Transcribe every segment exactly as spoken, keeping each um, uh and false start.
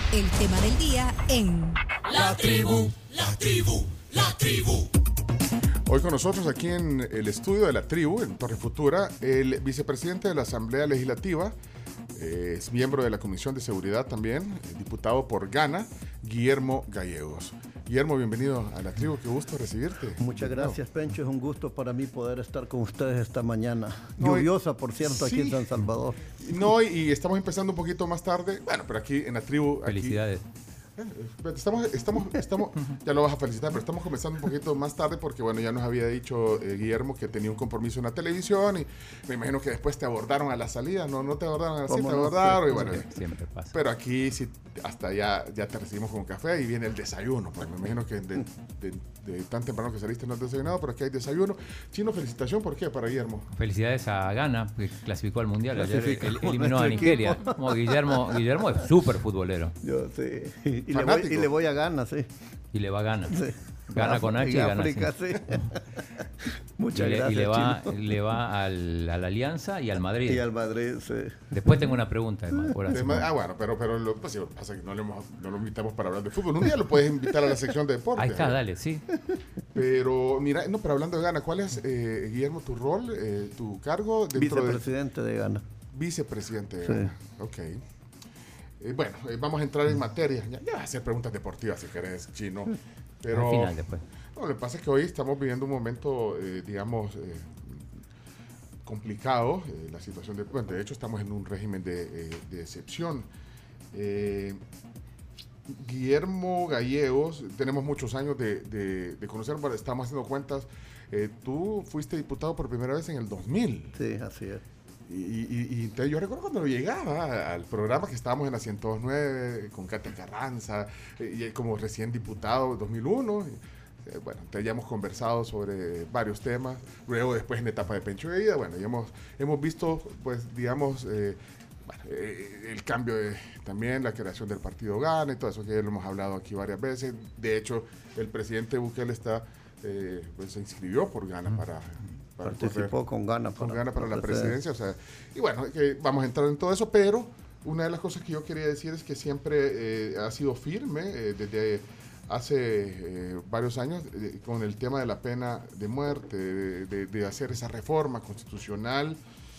El tema del día en La Tribu, La Tribu, La Tribu. Hoy con nosotros aquí en el estudio de La Tribu, en Torre Futura, el vicepresidente de la Asamblea Legislativa, eh, es miembro de la Comisión de Seguridad también, eh, diputado por Ghana, Guillermo Gallegos. Guillermo, bienvenido a La Tribu, qué gusto recibirte. Muchas gracias, Pencho, es un gusto para mí poder estar con ustedes esta mañana. No, Lluviosa, por cierto, sí. aquí en San Salvador. No, y, y estamos empezando un poquito más tarde, bueno, pero aquí en La Tribu... Aquí, Felicidades. Estamos, estamos, estamos, ya lo vas a felicitar, pero estamos comenzando un poquito más tarde porque, bueno, ya nos había dicho eh, Guillermo que tenía un compromiso en la televisión y me imagino que después te abordaron a la salida, ¿no? No te abordaron a la salida, te no? abordaron y bueno, Siempre, siempre pasa. pero aquí sí, hasta ya, ya te recibimos con café y viene el desayuno, pues me imagino que de, de, de tan temprano que saliste no has desayunado, pero aquí hay desayuno. Chino, felicitación, ¿por qué? Para Guillermo. Felicidades a Ghana, que clasificó al Mundial. Ayer Clasificó el- eliminó a nuestro Nigeria. equipo. Como Guillermo, Guillermo es súper futbolero. Yo sí. Y le, voy, Fanático. y le voy a Ghana, sí. Y le va a Ghana. Sí. Gana con H y En gana África, sin. sí. Y Muchas le, y gracias, le va, Chino. le va al, a la Alianza y al Madrid. Y al Madrid, sí. Después tengo una pregunta, además. Ahora sí. Además, ah, bueno, pero, pero lo, pues, sí, pasa que no, le hemos, no lo invitamos para hablar de fútbol. Un día lo puedes invitar a la sección de deporte. Ahí está, ¿eh? dale, sí. Pero, mira, no, pero hablando de Ghana, ¿cuál es, eh, Guillermo, tu rol, eh, tu cargo dentro de Vicepresidente de Ghana. vicepresidente de Sí. Ghana? Ok. Eh, bueno, eh, vamos a entrar en materia. Ya, ya vas a hacer preguntas deportivas si querés, Chino. Pero, Al final, después. no, lo que pasa es que hoy estamos viviendo un momento, eh, digamos, eh, complicado. Eh, la situación de, bueno, de hecho estamos en un régimen de, eh, de excepción. Eh, Guillermo Gallegos, tenemos muchos años de, de, de conocer, pero estamos haciendo cuentas. Eh, tú fuiste diputado por primera vez en el dos mil. Sí, así es. Y, y, y entonces yo recuerdo cuando llegaba al programa que estábamos en la ciento dos nueve con Katia Carranza, eh, y como recién diputado dos mil uno. Eh, bueno, entonces ya hemos conversado sobre varios temas. Luego después en la etapa de Pencho de Vida, bueno, ya hemos, hemos visto, pues, digamos, eh, bueno, eh, el cambio de, también, la creación del partido Ghana y todo eso que ya lo hemos hablado aquí varias veces. De hecho, el presidente Bukele está, eh, pues, se inscribió por Ghana para... para Participó correr con Ghana con para, Ghana para la presidencia. presidencia, o sea, y bueno, que vamos a entrar en todo eso, pero una de las cosas que yo quería decir es que siempre eh, ha sido firme eh, desde hace eh, varios años eh, con el tema de la pena de muerte, de, de, de hacer esa reforma constitucional,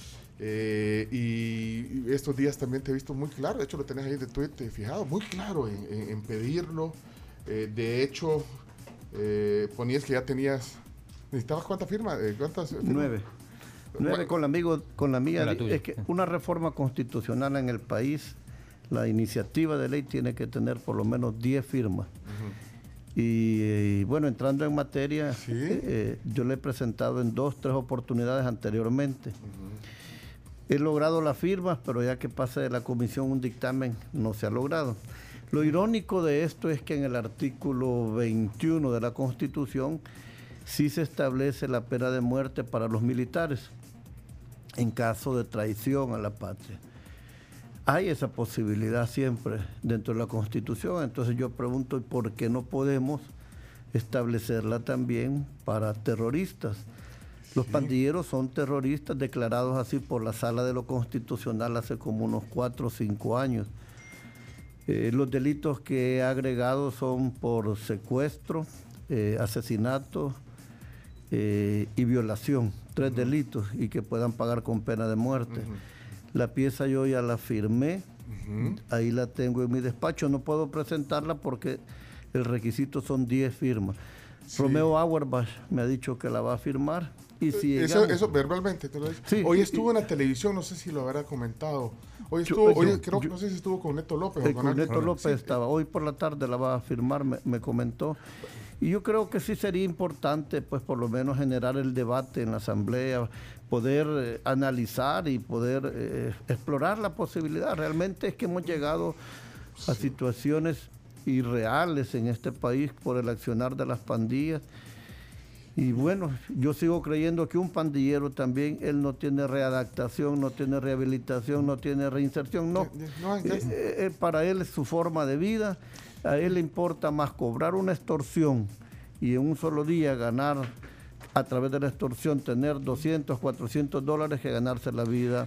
eh, y, y estos días también te he visto muy claro, de hecho lo tenés ahí de tweet fijado, muy claro en, en, en pedirlo, eh, de hecho eh, ponías que ya tenías... ¿Necesitabas cuántas firmas? Eh, ¿Cuántas firmas? Nueve. Nueve Bueno. con la amigo, con la amiga. Con la tuya. Es que una reforma constitucional en el país, la iniciativa de ley tiene que tener por lo menos diez firmas. Uh-huh. Y, eh, bueno, entrando en materia, ¿Sí? eh, yo le he presentado en dos, tres oportunidades anteriormente. Uh-huh. He logrado las firmas, pero ya que pase de la comisión un dictamen, no se ha logrado. Lo irónico de esto es que en el artículo veintiuno de la Constitución sí se establece la pena de muerte para los militares en caso de traición a la patria. Hay esa posibilidad siempre dentro de la Constitución, entonces yo pregunto, ¿por qué no podemos establecerla también para terroristas? Los Sí. pandilleros son terroristas declarados así por la Sala de lo Constitucional hace como unos cuatro o cinco años. Eh, los delitos que he agregado son por secuestro, eh, asesinato, Eh, y violación, tres uh-huh. delitos y que puedan pagar con pena de muerte. Uh-huh. La pieza yo ya la firmé, uh-huh. ahí la tengo en mi despacho, no puedo presentarla porque el requisito son diez firmas. Sí. Romeo Auerbach me ha dicho que la va a firmar. Y si eso, llegamos, eso verbalmente te lo he dicho. Sí, hoy y, estuvo y, en la televisión, no sé si lo habrá comentado. Hoy yo, estuvo, yo, hoy creo, yo, no sé si estuvo con Neto López. Eh, o con, con Neto López sí, estaba. Hoy por la tarde la va a firmar, me, me comentó. Y yo creo que sí sería importante, pues por lo menos generar el debate en la Asamblea, poder eh, analizar y poder eh, explorar la posibilidad. Realmente es que hemos llegado a situaciones irreales en este país por el accionar de las pandillas. Y bueno, yo sigo creyendo que un pandillero también, él no tiene readaptación, no tiene rehabilitación, no tiene reinserción, no. no eh, eh, para él es su forma de vida. A él le importa más cobrar una extorsión y en un solo día ganar, a través de la extorsión, tener doscientos, cuatrocientos dólares que ganarse la vida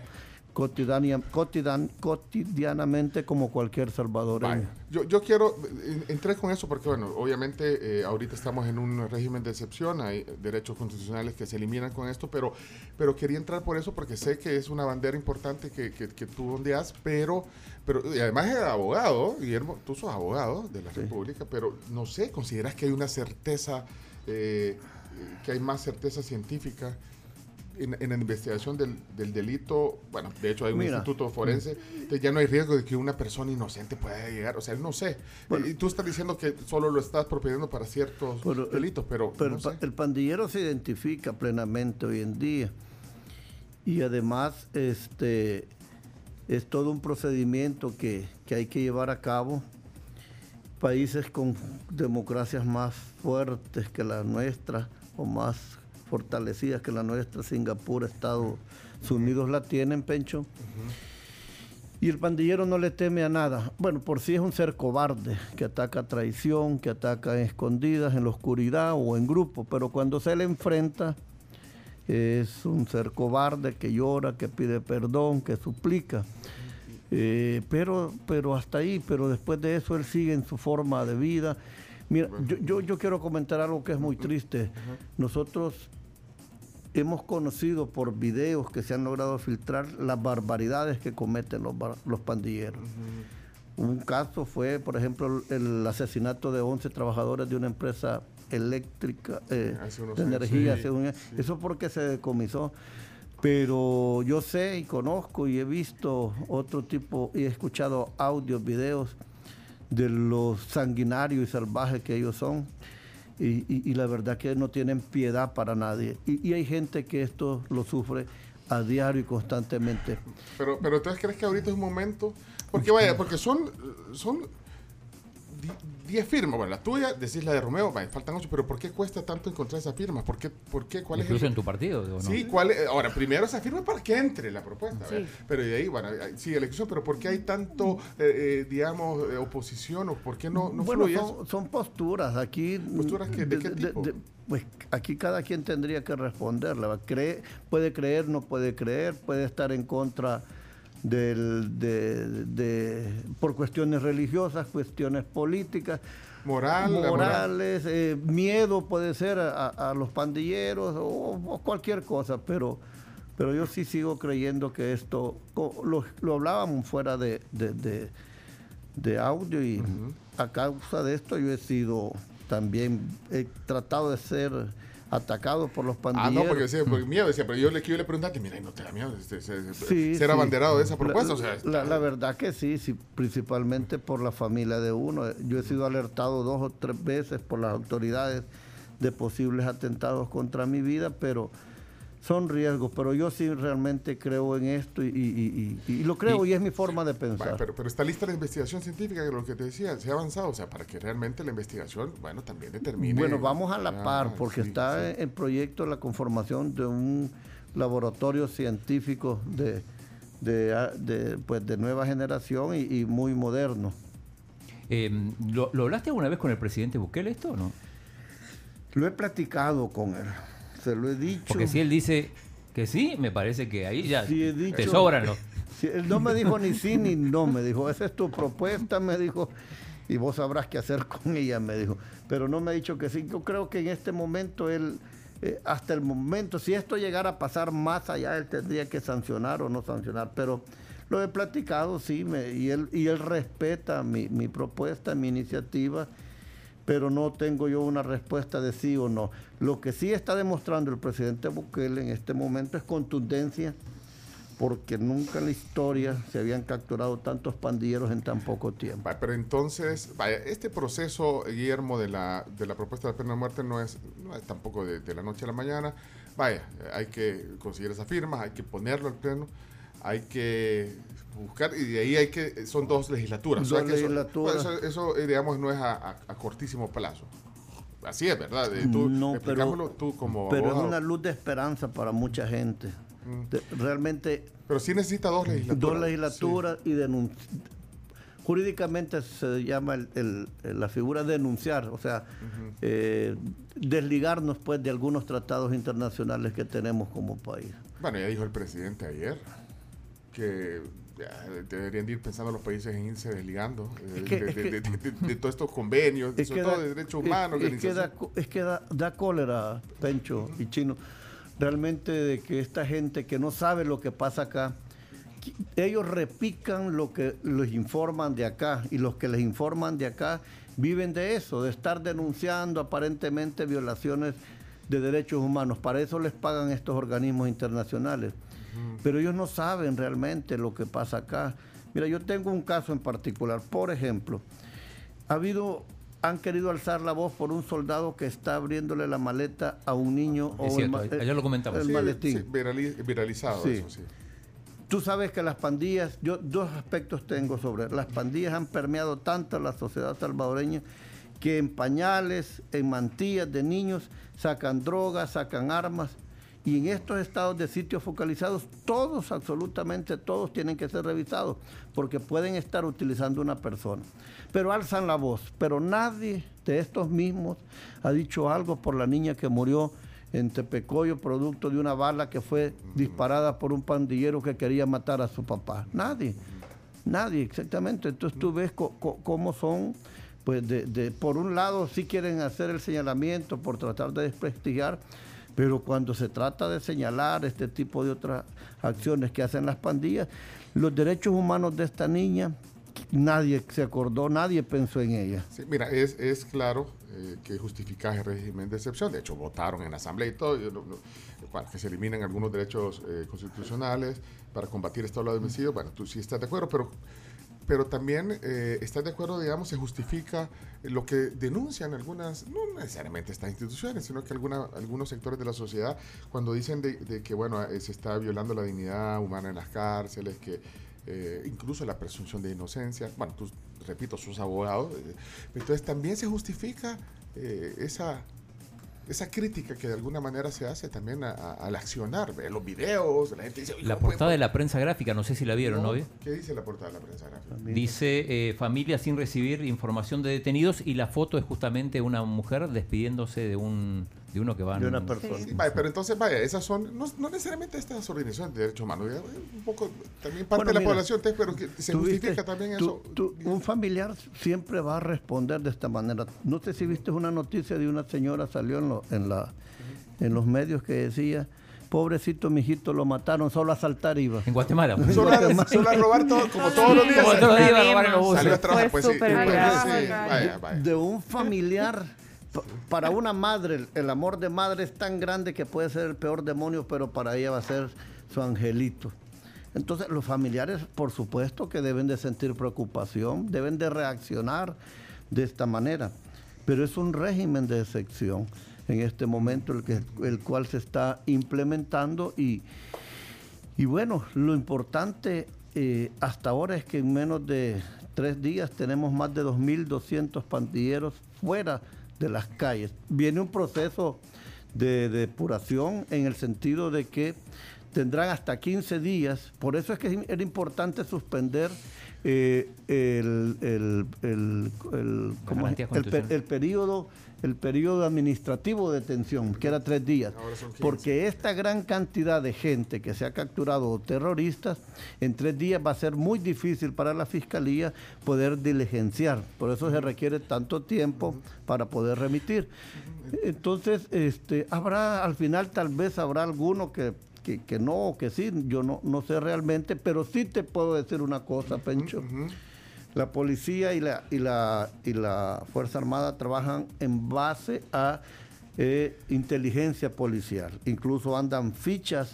cotidiana, cotidian, cotidianamente como cualquier salvadoreño. Vaya. Yo, yo quiero, eh, entré con eso porque, bueno, obviamente eh, ahorita estamos en un régimen de excepción, hay derechos constitucionales que se eliminan con esto, pero, pero quería entrar por eso porque sé que es una bandera importante que, que, que tú ondeas, pero, pero y además es abogado, Guillermo, tú sos abogado de la Sí. República, pero no sé, ¿consideras que hay una certeza, eh, que hay más certeza científica en, en la investigación del, del delito? Bueno, de hecho hay un Mira, instituto forense, entonces ya no hay riesgo de que una persona inocente pueda llegar, o sea, no sé. Bueno, y tú estás diciendo que solo lo estás proponiendo para ciertos pero, delitos, pero, pero no el, sé. pa- el pandillero se identifica plenamente hoy en día. Y además este, es todo un procedimiento que, que hay que llevar a cabo. Países con democracias más fuertes que la nuestra o más fortalecidas que la nuestra, Singapur, Estados Unidos la tienen, Pencho. Y el pandillero no le teme a nada. Bueno, por sí es un ser cobarde, que ataca a traición, que ataca en escondidas, en la oscuridad o en grupo, pero cuando se le enfrenta es un ser cobarde que llora, que pide perdón, que suplica. Eh, pero, pero hasta ahí, pero después de eso él sigue en su forma de vida. Mira, yo, yo, yo quiero comentar algo que es muy triste. Nosotros hemos conocido por videos que se han logrado filtrar las barbaridades que cometen los, bar- los pandilleros. Un caso fue, por ejemplo, el asesinato de once trabajadores de una empresa eléctrica, eh, Hace unos de años, energía. sí, hace un año. sí. Eso porque se decomisó. Pero yo sé y conozco y he visto otro tipo, y he escuchado audios, videos de los sanguinarios y salvajes que ellos son. Y, y- y la verdad que no tienen piedad para nadie. Y, y hay gente que esto lo sufre a diario y constantemente. Pero, pero entonces, ¿crees que ahorita es un momento? Porque vaya, porque son, son diez firmas. Bueno, la tuya, decís la de Romeo, vaya, faltan ocho, pero ¿por qué cuesta tanto encontrar esas firmas? ¿Por qué? ¿Por qué? ¿Cuál es Incluso el...? en tu partido, ¿o no? Sí, ¿cuál es? Ahora, primero esa firma para que entre la propuesta, Sí. ¿verdad? Pero de ahí, bueno, hay- sigue la discusión, pero ¿por qué hay tanto, eh, eh, digamos, eh, oposición o por qué no, no Bueno, fluye eso? son, son posturas. Aquí, ¿Posturas qué? ¿De qué tipo? pues aquí cada quien tendría que responderla. Cree, puede creer, no puede creer, puede estar en contra del, de, de- por cuestiones religiosas, cuestiones políticas, Moral, la moral. morales, eh, miedo puede ser a, a los pandilleros o, o cualquier cosa, pero, pero yo sí sigo creyendo que esto, co- lo, lo hablábamos fuera de, de, de- de audio y a causa de esto yo he sido también, he tratado de ser atacado por los Ah, pandilleros. no, porque decía, porque miedo, decía, pero yo le, yo le preguntaste, mira, ¿y no te da miedo este, se- se- Sí, ser sí. abanderado de esa La- propuesta? O sea, la, la verdad que sí, sí, principalmente por la familia de uno. Yo he sido alertado dos o tres veces por las autoridades de posibles atentados contra mi vida, pero son riesgos. Pero yo sí realmente creo en esto y, y- y- y lo creo y, Y- es mi forma de pensar. vaya, pero, pero está lista la investigación científica, que lo que te decía, se ha avanzado, o sea, para que realmente la investigación, bueno, también determine. Bueno, vamos a la Ah, par, porque sí, está sí. en proyecto la conformación de un laboratorio científico de, de, ah, de, pues, de nueva generación y, y muy moderno. Eh, ¿lo, ¿Lo hablaste alguna vez con el presidente Bukele esto o no? Lo he platicado con él, se lo he dicho. Porque si él dice que sí, me parece que ahí ya Sí, he dicho. te sobran los... Sí, él no me dijo ni sí ni no, me dijo, esa es tu propuesta, me dijo, y vos sabrás qué hacer con ella, me dijo. Pero no me ha dicho que sí. Yo creo que en este momento él, eh, hasta el momento, si esto llegara a pasar más allá, él tendría que sancionar o no sancionar. Pero lo he platicado, sí, me, y, él, y él respeta mi, mi propuesta, mi iniciativa, pero no tengo yo una respuesta de sí o no. Lo que sí está demostrando el presidente Bukele en este momento es contundencia, porque nunca en la historia se habían capturado tantos pandilleros en tan poco tiempo. Vaya, pero entonces, vaya, este proceso, Guillermo, de la, de la propuesta de pena de muerte no es, no es tampoco de, de la noche a la mañana. Vaya, hay que conseguir esas firmas, hay que ponerlo al pleno, hay que buscar, y de ahí hay que, son dos legislaturas. Dos o sea que eso- legislaturas. Eso, eso, eh, digamos, no es a, a- a cortísimo plazo. Así es, ¿verdad? Eh, Tú, No, explicámoslo pero, tú como pero es abogado. una luz de esperanza para mucha gente. De- realmente Pero sí necesita dos legislaturas. dos legislaturas y denunciar. Jurídicamente se llama el- el- la figura denunciar, o sea, eh, desligarnos pues de algunos tratados internacionales que tenemos como país. Sí. Bueno, ya dijo el presidente ayer. que ya, deberían de ir pensando los países en irse desligando eh, que, de, de, que, de, de, de, de todos estos convenios, sobre todo da, de derechos humanos. Es, es que, da, es que da, da cólera, Pencho y Chino, realmente de que esta gente que no sabe lo que pasa acá, ellos repican lo que les informan de acá, y los que les informan de acá viven de eso, de estar denunciando aparentemente violaciones de derechos humanos. Para eso les pagan estos organismos internacionales. Uh-huh. Pero ellos no saben realmente lo que pasa acá. Mira, yo tengo un caso en particular. Por ejemplo, ha habido, han querido alzar la voz por un soldado que está abriéndole la maleta a un niño. Es o cierto, el, ayer lo comentamos. El sí, maletín. Sí, viraliz, viralizado sí. Eso, sí. Tú sabes que las pandillas, yo dos aspectos tengo sobre, las pandillas han permeado tanto la sociedad salvadoreña que en pañales, en mantillas de niños sacan drogas, sacan armas, y en estos estados de sitios focalizados, todos, absolutamente todos tienen que ser revisados, porque pueden estar utilizando una persona. Pero alzan la voz, pero nadie de estos mismos ha dicho algo por la niña que murió en Tepecoyo, producto de una bala que fue disparada por un pandillero que quería matar a su papá. Nadie, nadie, exactamente. Entonces tú ves co co cómo son, pues de, de, por un lado sí quieren hacer el señalamiento por tratar de desprestigiar, pero cuando se trata de señalar este tipo de otras acciones que hacen las pandillas, los derechos humanos de esta niña, nadie se acordó, nadie pensó en ella. Sí, mira, es, es claro eh, que justifica el régimen de excepción. De hecho, votaron en la Asamblea y todo, no, no, bueno, que se eliminen algunos derechos eh, constitucionales para combatir este estado de homicidio. Bueno, tú sí estás de acuerdo, pero, pero también eh, estás de acuerdo, digamos, se justifica lo que denuncian algunas, no necesariamente estas instituciones, sino que alguna, algunos sectores de la sociedad, cuando dicen de, de que, bueno, eh, se está violando la dignidad humana en las cárceles, que Eh, incluso la presunción de inocencia. Bueno, tú, repito, sos abogado, eh, entonces también se justifica eh, esa, esa crítica que de alguna manera se hace también a, a, al accionar, ver los videos, la gente dice... La portada puede? de la prensa gráfica, no sé si la vieron, ¿no? ¿no? ¿Qué dice la portada de la prensa gráfica? Dice, eh, familia sin recibir información de detenidos, y la foto es justamente una mujer despidiéndose de un... de uno que va de una persona. Sí, vaya, pero entonces, vaya, esas son, no, no necesariamente estas organizaciones de derechos humanos, un poco, también parte bueno, de la mira, población, pero que se justifica viste, también tú, eso. Tú, un familiar siempre va a responder de esta manera. No sé si viste una noticia de una señora, salió en, lo, en, la, en los medios, que decía: pobrecito mijito, lo mataron, solo a asaltar iba. En Guatemala. Pues. Solo, a, solo a robar todo, como todos los días. Como todos los días a robar en los buses. Salió a trabajar, pues sí. Pues, sí vaya, vaya. De un familiar, para una madre, el amor de madre es tan grande que puede ser el peor demonio, pero para ella va a ser su angelito. Entonces, los familiares, por supuesto, que deben de sentir preocupación, deben de reaccionar de esta manera. Pero es un régimen de excepción en este momento el, que, el cual se está implementando y, y bueno, lo importante eh, hasta ahora es que en menos de tres días tenemos más de dos mil doscientos pandilleros fuera de las calles. Viene un proceso de, de depuración en el sentido de que tendrán hasta quince días, por eso es que era importante suspender eh, el, el, el, el, ¿cómo es? el, el periodo el periodo administrativo de detención, que era tres días, porque esta gran cantidad de gente que se ha capturado, terroristas, en tres días va a ser muy difícil para la Fiscalía poder diligenciar, por eso se requiere tanto tiempo para poder remitir. Entonces, este, habrá, al final tal vez habrá alguno que Que, que no o que sí, yo no, no sé realmente, pero sí te puedo decir una cosa, Pencho. Uh-huh. La policía y la, y, la, y la Fuerza Armada trabajan en base a eh, inteligencia policial. Incluso andan fichas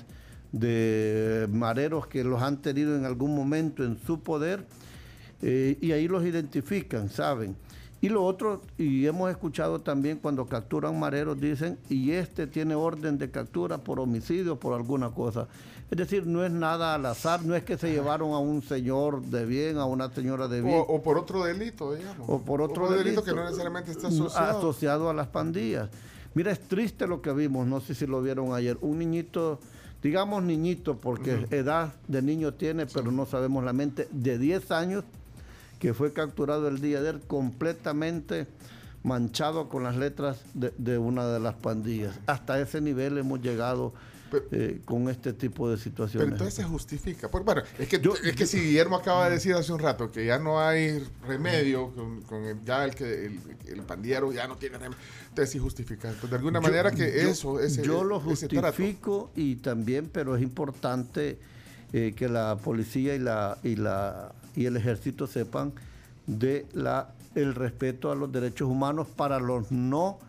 de mareros que los han tenido en algún momento en su poder eh, y ahí los identifican, saben. Y lo otro, y hemos escuchado también cuando capturan mareros, dicen, y este tiene orden de captura por homicidio, por alguna cosa. Es decir, no es nada al azar, no es que se llevaron a un señor de bien, a una señora de bien. O, o por otro delito, digamos. O por otro o por delito, delito que no necesariamente está asociado. asociado a las pandillas. Mira, es triste lo que vimos, no sé si lo vieron ayer, un niñito, digamos niñito, porque uh-huh. edad de niño tiene, pero sí. no sabemos la mente, de diez años, que fue capturado el día de ayer completamente manchado con las letras de, de una de las pandillas. Hasta ese nivel hemos llegado pero, eh, con este tipo de situaciones. Pero entonces se justifica. Pues, bueno, es que, yo, es que si Guillermo acaba de decir hace un rato que ya no hay remedio, con, con el, ya el, que, el, el pandillero ya no tiene remedio, entonces sí justifica. Entonces, de alguna yo, manera que yo, eso, ese Yo lo justifico y también, pero es importante eh, que la policía y, la, y, la, y el ejército sepan de la el respeto a los derechos humanos para los no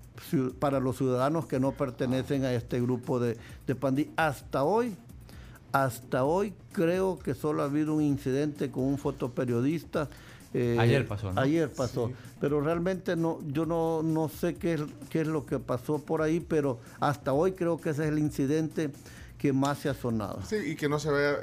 para los ciudadanos que no pertenecen a este grupo de, de pandillas. Hasta hoy, hasta hoy creo que solo ha habido un incidente con un fotoperiodista. Eh, ayer pasó, ¿no? Ayer pasó, sí. Pero realmente no, yo no, no sé qué es, qué es lo que pasó por ahí, pero hasta hoy creo que ese es el incidente que más se ha sonado. Sí, y que no se vea,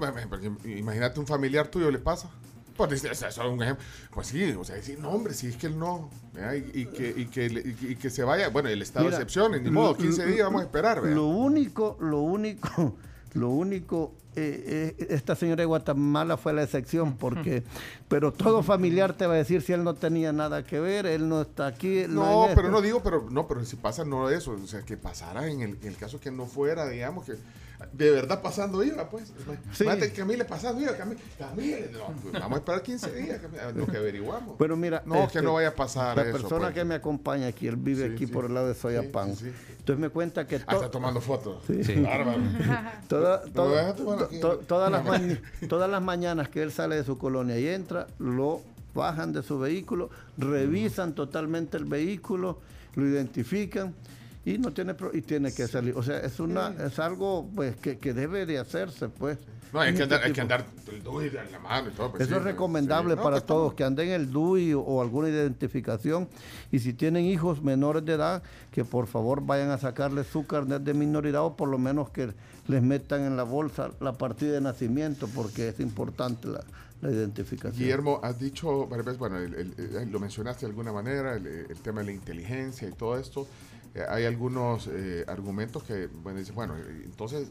imagínate un familiar tuyo le pasa. Pues, eso es un ejemplo. Pues sí, o sea, decir, no, hombre, si es que él no, y, y, que, y, que, y, y que se vaya, bueno, el estado Mira, de excepción, ni modo, quince días vamos a esperar. ¿verdad? Lo único, lo único, lo único, eh, eh, esta señora de Guatemala fue la excepción, porque, pero todo familiar te va a decir si él no tenía nada que ver, él no está aquí. Él no, no pero no digo, pero no, pero si pasa no eso, o sea, que pasara en el, en el caso que no fuera, digamos, que de verdad pasando iba, pues. Sí. Mate, Camille pasando iba, Camille, Camille, no, pues vamos a esperar quince días, Camille, lo que averiguamos. Pero mira, no, este, que no vaya a pasar la eso. La persona pues. que me acompaña aquí, él vive sí, aquí sí. por el lado de Soyapan. Sí, sí, sí. Entonces me cuenta que... To- ah, está tomando fotos. Sí. Sí. Bárbaro. Toda, toda, to, to, todas, las ma- todas las mañanas que él sale de su colonia y entra, lo bajan de su vehículo, revisan uh-huh. totalmente el vehículo, lo identifican y no tiene pro- y tiene que salir. O sea, es una sí. es algo pues que, que debe de hacerse, pues. No, hay que andar, hay que andar el D U I en la mano y todo. Pues, Eso sí, es recomendable sí. no, para que todos, estamos... que anden el D U I o, o alguna identificación. Y si tienen hijos menores de edad, que por favor vayan a sacarles su carnet de minoridad o por lo menos que les metan en la bolsa la partida de nacimiento, porque es importante la, la identificación. Guillermo, has dicho varias veces, bueno, el, el, el, lo mencionaste de alguna manera, el, el tema de la inteligencia y todo esto. Eh, hay algunos eh, argumentos que, bueno, dicen, bueno, entonces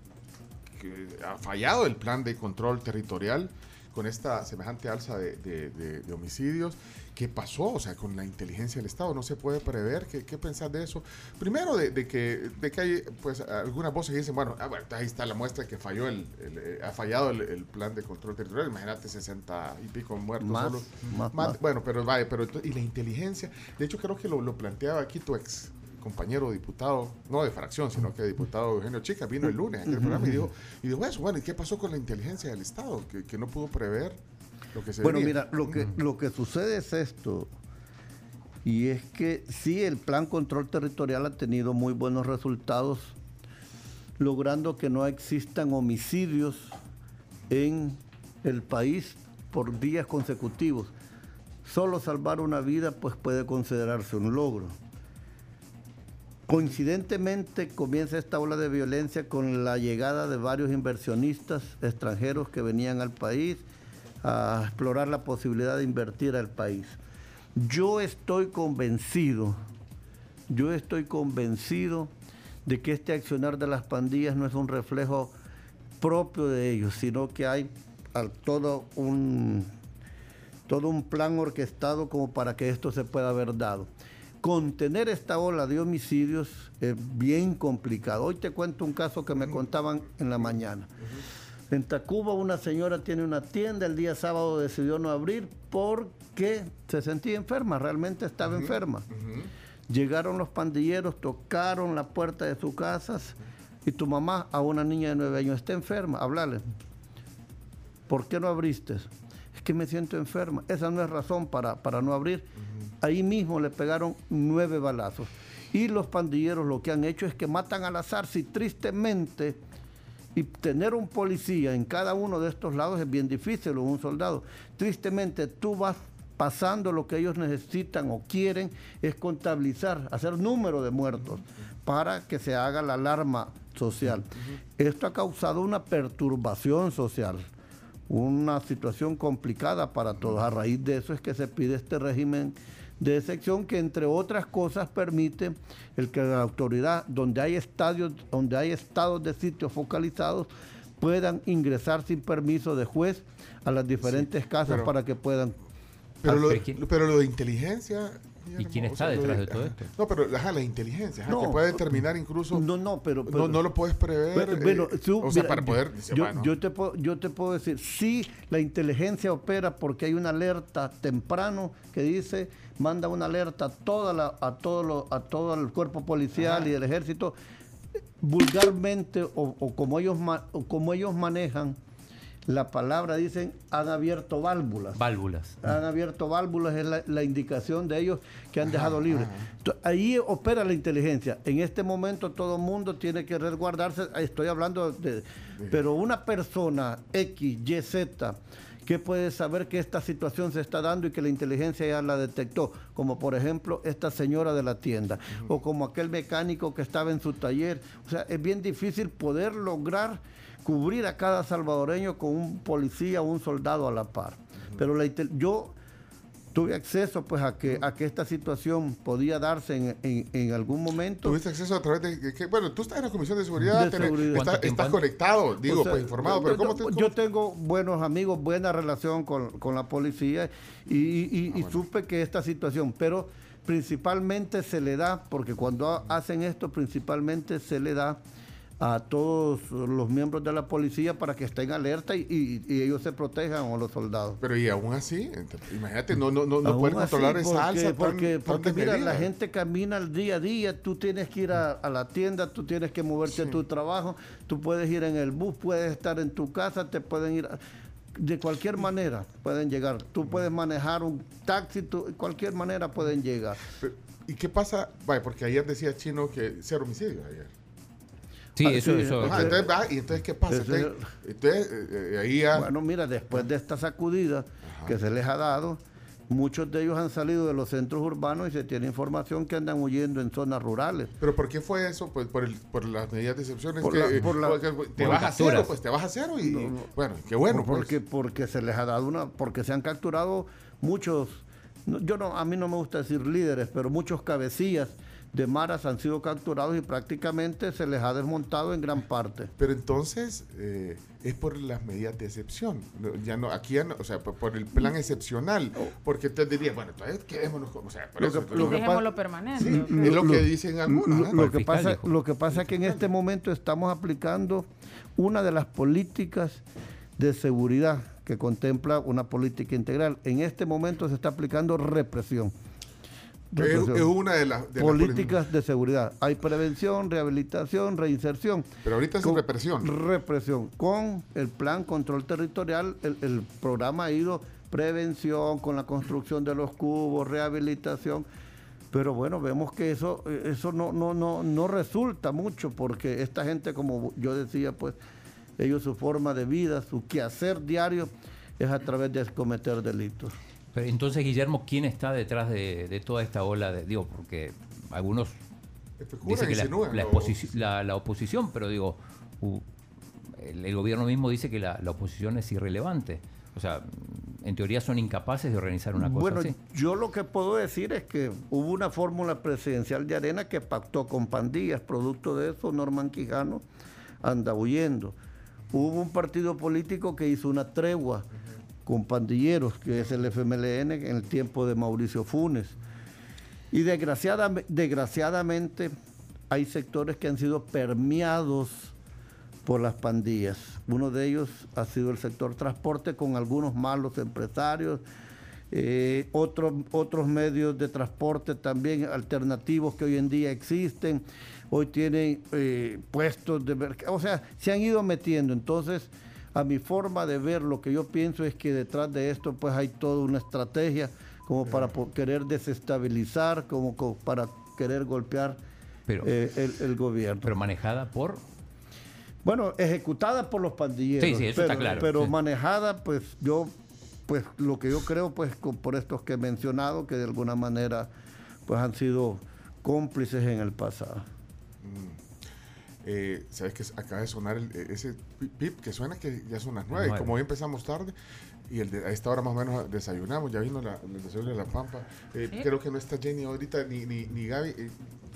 que ha fallado el plan de control territorial con esta semejante alza de, de, de, de homicidios. ¿Qué pasó? O sea, con la inteligencia del Estado, ¿no se puede prever? ¿Qué, qué pensás de eso? Primero, de, de, que, de que hay pues algunas voces que dicen, bueno, ah, bueno, ahí está la muestra de que falló el, el, el ha fallado el, el plan de control territorial. Imagínate sesenta y pico muertos. Más, solo. Más, más, más. Bueno, pero vaya, pero y la inteligencia, de hecho creo que lo, lo planteaba aquí tu ex compañero diputado, no de fracción, sino que diputado Eugenio Chica, vino el lunes en el programa y dijo, y dijo eso, bueno, ¿y qué pasó con la inteligencia del Estado? Que, que no pudo prever lo que se Bueno, venía. mira, lo que, uh-huh. lo que sucede es esto, y es que sí, el plan control territorial ha tenido muy buenos resultados, logrando que no existan homicidios en el país por días consecutivos. Solo salvar una vida pues puede considerarse un logro. Coincidentemente comienza esta ola de violencia con la llegada de varios inversionistas extranjeros que venían al país a explorar la posibilidad de invertir al país. Yo estoy convencido, yo estoy convencido de que este accionar de las pandillas no es un reflejo propio de ellos, sino que hay todo un, todo un plan orquestado como para que esto se pueda haber dado. Contener esta ola de homicidios es bien complicado. Hoy te cuento un caso que me contaban en la mañana. Uh-huh. En Tacuba una señora tiene una tienda, el día sábado decidió no abrir porque se sentía enferma, realmente estaba uh-huh. enferma. Uh-huh. Llegaron los pandilleros, tocaron la puerta de su casa y tu mamá, a una niña de nueve años, está enferma, háblale. ¿Por qué no abriste? Es que me siento enferma. Esa no es razón para, para no abrir. Uh-huh. Ahí mismo le pegaron nueve balazos. Y los pandilleros lo que han hecho es que matan al azar. Si tristemente, y tener un policía en cada uno de estos lados es bien difícil, o un soldado. Tristemente tú vas pasando lo que ellos necesitan o quieren, es contabilizar, hacer número de muertos para que se haga la alarma social. Esto ha causado una perturbación social, una situación complicada para todos. A raíz de eso es que se pide este régimen de excepción que, entre otras cosas, permite el que la autoridad, donde hay estadios, donde hay estados de sitios focalizados, puedan ingresar sin permiso de juez a las diferentes sí, casas pero, para que puedan... Pero lo, pero lo de inteligencia, ¿Y quién está detrás de todo esto? No, pero ajá, la inteligencia, ajá, No, que puede determinar incluso... No, no, pero... pero no, no lo puedes prever, pero, bueno, eh, tú, o sea, mira, para poder... Yo, dice, yo, bueno. yo te puedo, yo te puedo decir, sí, la inteligencia opera porque hay una alerta temprano que dice, manda una alerta a, toda la, a, todo, lo, a todo el cuerpo policial Ajá. y del ejército, vulgarmente, o, o, como ellos, ma, o como ellos manejan la palabra, dicen, han abierto válvulas. Válvulas. Han abierto válvulas, es la, la indicación de ellos que han Ajá, dejado libre. ajá. Entonces, ahí opera la inteligencia. En este momento todo el mundo tiene que resguardarse, estoy hablando de... Pero una persona X, Y, Z, que puede saber que esta situación se está dando y que la inteligencia ya la detectó, como por ejemplo esta señora de la tienda, uh-huh. o como aquel mecánico que estaba en su taller. O sea, es bien difícil poder lograr cubrir a cada salvadoreño con un policía o un soldado a la par. Uh-huh. Pero la, yo tuve acceso pues a que, a que esta situación podía darse en, en, en algún momento. ¿Tuviste acceso a través de que, bueno, tú estás en la Comisión de Seguridad, de tenés, seguridad. Está, estás conectado, digo, o sea, pues informado, pero ¿cómo te...? Yo, yo tengo buenos amigos, buena relación con, con la policía y, y, ah, y bueno. supe que esta situación, pero principalmente se le da, porque cuando hacen esto principalmente se le da a todos los miembros de la policía para que estén alerta y, y, y ellos se protejan, o los soldados. Pero y aún así, imagínate, no, no, no, no Aún pueden así, controlar porque, esa alza porque, tan, porque tan mira, desmedida. la gente camina al día a día, tú tienes que ir a, a la tienda, tú tienes que moverte Sí. a tu trabajo, tú puedes ir en el bus, puedes estar en tu casa, te pueden ir... A, de cualquier manera pueden llegar. Tú puedes manejar un taxi, tú, de cualquier manera pueden llegar. Pero, ¿y qué pasa? Vaya, porque ayer decía Chino que cero homicidios ayer. Sí, Ah, eso, sí, eso. Ajá, entonces, va, ¿y entonces qué pasa? Ese- Entonces, entonces, eh, eh, ahí ya... Bueno, mira, después de esta sacudida Ajá. que se les ha dado, muchos de ellos han salido de los centros urbanos y se tiene información que andan huyendo en zonas rurales. ¿Pero por qué fue eso? Pues por, el, por las medidas de excepciones. Por que, la- eh, por la- porque te por vas a capturas. cero, pues te vas a cero y, No, no. bueno, qué bueno. porque, pues. porque se les ha dado una, porque se han capturado muchos, no, yo no, a mí no me gusta decir líderes, pero muchos cabecillas de maras han sido capturados y prácticamente se les ha desmontado en gran parte. Pero entonces eh, es por las medidas de excepción. No, ya no, aquí ya no, o sea, por, por el plan excepcional. Porque te diría, bueno, entonces quedémonos con, o sea, por Lo eso, que- pero- lo que Dejémoslo permanente. sí, ¿o qué? es lo Lo- que dicen algunos. Lo, ¿eh? lo El que fiscal pasa, dijo. lo que pasa es que en este momento estamos aplicando una de las políticas de seguridad que contempla una política integral. En este momento se está aplicando represión. Es, Represión. es una de las de las Políticas de seguridad. Hay prevención, rehabilitación, reinserción. Pero ahorita es Con- represión. Represión. Con el plan control territorial, el, el programa ha ido prevención, con la construcción de los cubos, rehabilitación. Pero bueno, vemos que eso, eso no, no, no, no resulta mucho, porque esta gente, como yo decía, pues, ellos su forma de vida, su quehacer diario es a través de cometer delitos. Pero entonces, Guillermo, ¿quién está detrás de, de toda esta ola de, digo, porque algunos Especulan, dicen que la, insinúan, la, o- exposi- la- la oposición, pero digo, u- el, el gobierno mismo dice que la, la oposición es irrelevante. O sea, en teoría son incapaces de organizar una cosa Bueno, así. yo lo que puedo decir es que hubo una fórmula presidencial de Arena que pactó con pandillas, producto de eso Norman Quijano anda huyendo. Hubo un partido político que hizo una tregua con pandilleros, que es el F M L N, en el tiempo de Mauricio Funes. Y desgraciadamente, desgraciadamente hay sectores que han sido permeados por las pandillas. Uno de ellos ha sido el sector transporte, con algunos malos empresarios, eh, otros, otros medios de transporte también alternativos que hoy en día existen, hoy tienen eh, puestos de mercado, o sea, se han ido metiendo. Entonces, a mi forma de ver, lo que yo pienso es que detrás de esto pues hay toda una estrategia como para po- querer desestabilizar, como, como para querer golpear Pero, eh, el, el gobierno. pero manejada por... Bueno, ejecutada por los pandilleros. Sí, sí, eso pero, está claro, Pero sí. manejada, pues yo, pues lo que yo creo, pues con- por estos que he mencionado, que de alguna manera, pues han sido cómplices en el pasado. Eh, Sabes que acaba de sonar el- ese pi- pip que suena que ya son las nueve. Nueve. Como hoy empezamos tarde y el de- a esta hora más o menos desayunamos, ya vino la, el desayuno de la Pampa. Eh, Sí. Creo que no está Jenny ahorita ni, ni, ni Gaby. Eh,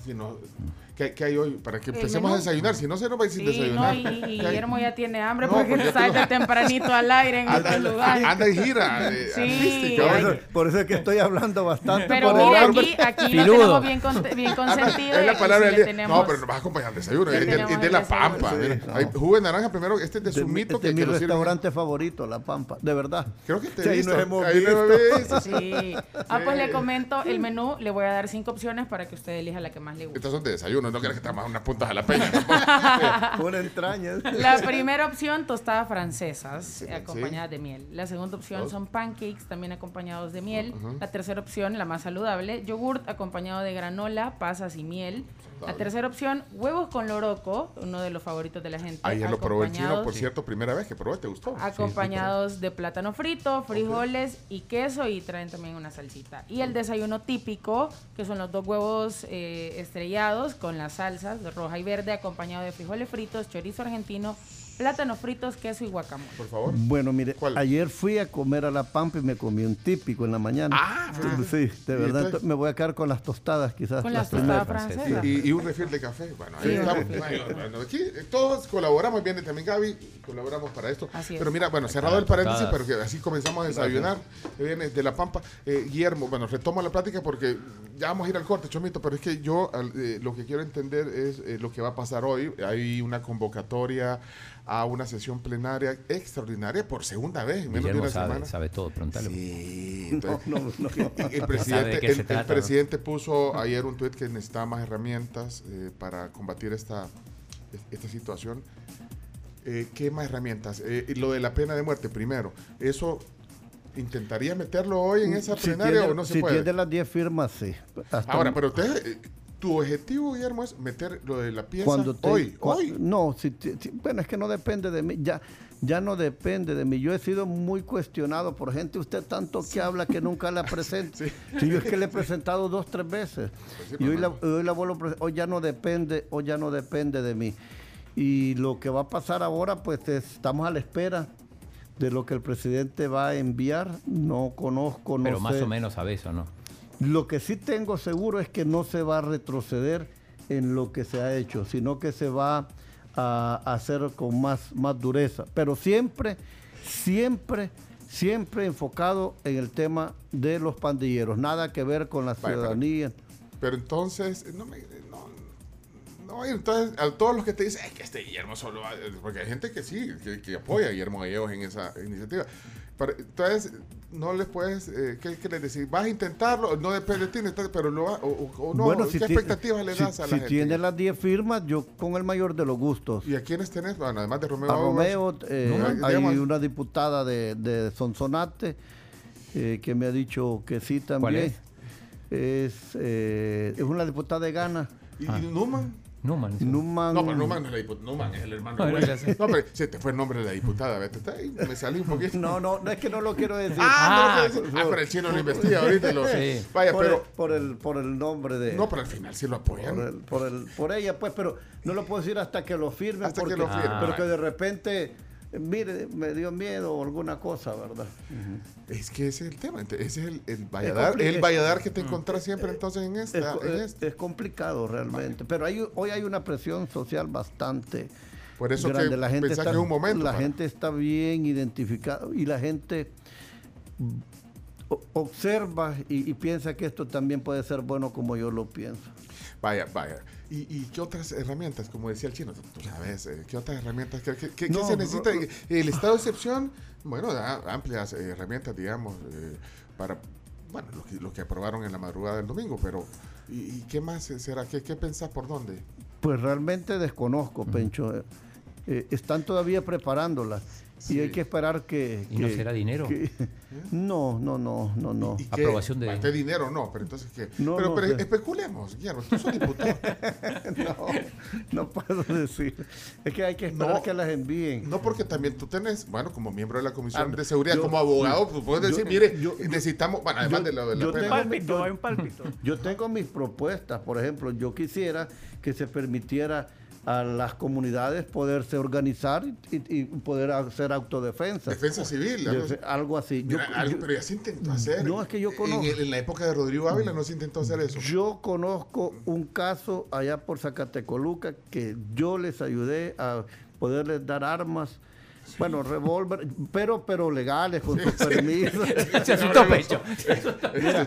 Si no, ¿qué, ¿Qué hay hoy? Para que El empecemos menú. a desayunar. Si no, se nos va a decir Sí, desayunar. no, y, y ¿Qué hay? Guillermo ya tiene hambre No, porque porque sale tú- de tempranito al aire en Anda, este lugar. anda en gira eh, Sí, artística. ay, Bueno, Por eso es que estoy hablando bastante. Pero por el mire, hambre. aquí, aquí lo Filudo. tenemos bien, con- bien consentido. es la y palabra sí del le día. tenemos- No, pero nos vas a acompañar al desayuno. Le Es de, tenemos es de el la desayuno. Pampa. Sí, Mira, no. hay jugo de naranja primero. Este es de De su mi- mito este que, es mi que lo sirven. restaurante favorito, La Pampa. De verdad. Creo que te Sí, he ahí visto. nos hemos Ahí nos visto. he visto. Sí. Ah, pues le comento el menú. Le voy a dar cinco opciones para que usted elija la que más le guste. Estas son de desayuno. No quieres que te más unas puntas a la peña. tampoco. Una entraña. La primera opción, tostadas francesas Sí, acompañadas sí. de miel. La segunda opción Dos. son pancakes también acompañados de miel. Ujú. La tercera opción, la más saludable, yogurt acompañado de granola, pasas y miel. La Saludable. tercera opción, huevos con loroco, uno de los favoritos de la gente. Ayer lo probó el chino, acompañados- por cierto, primera vez que probé. ¿Te gustó? acompañados de plátano frito, frijoles y queso, y traen también una salsita. Y el desayuno típico, que son los dos huevos eh, estrellados con las salsas de roja y verde, acompañado de frijoles fritos, chorizo argentino, plátanos fritos, queso y guacamole. Por favor. Bueno, mire, ¿Cuál? ayer fui a comer a La Pampa y me comí un típico en la mañana. Ah, fíjate. Sí, de ¿Y verdad. entonces? entonces me voy a quedar con las tostadas, quizás. Con las las tostadas primeras. francesas. Y, y un refil de café. Bueno, ahí Sí, estamos. un refil. Bueno, bueno, aquí eh, todos colaboramos, viene también Gaby, colaboramos para esto. Así es. Pero mira, bueno, cerrado el paréntesis, pero que así comenzamos a desayunar. Eh, Viene de La Pampa. Eh, Guillermo, bueno, retomo la plática porque ya vamos a ir al corte, Chomito, pero es que yo al- eh, lo que quiero entender es eh, lo que va a pasar hoy. Hay una convocatoria a una sesión plenaria extraordinaria por segunda vez en menos de Guillermo una sabe, semana. sabe todo, preguntale. Sí, No, entonces, no, no. el Sabe presidente, de qué el, se el trata, ¿no? presidente puso ayer un tuit que necesitaba más herramientas eh, para combatir esta, esta situación. Eh, ¿Qué más herramientas? Eh, lo de la pena de muerte, primero. ¿Eso intentaría meterlo hoy en esa Si plenaria tiene- o no se si puede? tiene las diez firmas, sí. Hasta Ahora, pero usted, eh, tu objetivo, Guillermo, es meter lo de la pieza cuando te- hoy. cua- hoy. No, si, ti- si- bueno, es que no depende de mí. Ya, ya no depende de mí. Yo he sido muy cuestionado por gente. Usted tanto que habla que nunca la presenta. Sí. Si yo es que le he presentado dos, tres veces. Pues sí, y hoy pero la, no. hoy la vuelvo a presen- hoy ya no depende, hoy ya no depende de mí. Y lo que va a pasar ahora, pues es- estamos a la espera de lo que el presidente va a enviar. No conozco, no Pero más sé. o menos sabe eso, ¿no? Lo que sí tengo seguro es que no se va a retroceder en lo que se ha hecho, sino que se va a hacer con más, más dureza. Pero siempre, siempre, siempre enfocado en el tema de los pandilleros. Nada que ver con la Vaya, pero- ciudadanía. Pero entonces, no me. No, no, entonces, a todos los que te dicen, es que este Guillermo solo va. Porque hay gente que sí, que, que apoya a Guillermo Gallegos en esa iniciativa. Pero, entonces, no les puedes. Eh, ¿qué, ¿Qué les decís? ¿Vas a intentarlo? No depende de ti, entonces, pero lo va, o, o- o no. Bueno, ¿Qué si ti- expectativas le si- das a la si gente? tiene las diez firmas, yo con el mayor de los gustos. ¿Y a quiénes tenés? Bueno, además de Romeo. A Augas, Romeo, eh, no, hay digamos, una diputada de, de Sonsonate eh, que me ha dicho que sí también. ¿Cuál es? Es, eh, es una diputada de Ghana. ¿Y, y Numan? Numan. sí. Numan. No, pero Numan no es la diputada. Numan es el hermano. No, de no, Güey. ya sé. No, pero se te fue el nombre de la diputada. Vete, está ahí, me salí un poquito. No, no, no es que no lo quiero decir. Ah, no, Ah, lo quiero decir. Ah, pero el chino lo investiga ahorita. y Lo, Sí. Vaya, por, pero. el, por, el, por el nombre de... No, pero al final sí lo apoyan. por, el- por, el- por ella, pues, pero no lo puedo decir hasta que lo firme. Hasta que porque- lo firme. Pero que de repente, eh, mire, me dio miedo o alguna cosa, ¿verdad? Es que ese es el tema. ente- Ese es el, el Es valladar, compli- el es- valladar que te encontrás siempre entonces en Es, esta. co- en es- esta. es complicado realmente, pero hay, hoy hay una presión social bastante Por eso grande. que la gente pensás está, que es un momento. la para- gente está bien identificada y la gente mm, o- observa y, y piensa que esto también puede ser bueno como yo lo pienso. Vaya, vaya. ¿Y, y qué otras herramientas, como decía el chino? Tú sabes, eh, ¿qué otras herramientas? ¿Qué, qué- qué- qué No, se necesita? no, El estado de excepción, bueno, da amplias eh, herramientas, digamos, eh, para, bueno, lo que, lo que aprobaron en la madrugada del domingo, pero ¿y, y qué más será? ¿Qué, qué pensás por dónde? Pues realmente desconozco, Pencho. Eh, eh, están todavía preparándola Sí. y hay que esperar que... ¿Y no que- será dinero? que- no, no, no, no, no. ¿Y qué? Aprobación de- Bueno, este dinero no, pero entonces ¿qué? No, pero no pero sé. especulemos, Guillermo, tú sos diputado. No, no puedo decir. Es que hay que esperar No. que las envíen. No, porque también tú tenés, bueno, como miembro de la Comisión Ah, de Seguridad, yo- como abogado, tú puedes yo- decir, mire, yo- necesitamos, bueno, además yo- de lo de la yo pena. tengo- Pálpito, yo- hay un pálpito. Yo tengo mis propuestas, por ejemplo, yo quisiera que se permitiera a las comunidades poderse organizar y, y poder hacer autodefensa. Defensa civil. Algo, Defe, algo así. Yo, Mira, algo, yo, pero ya se intentó hacer. No, es que yo conozco. En, en la época de Rodrigo Ávila no se intentó hacer eso. Yo conozco un caso allá por Zacatecoluca que yo les ayudé a poderles dar armas. Sí. Bueno, revólver, pero pero legales, con sí, sus sí. permisos. Se asustó pecho. Mira,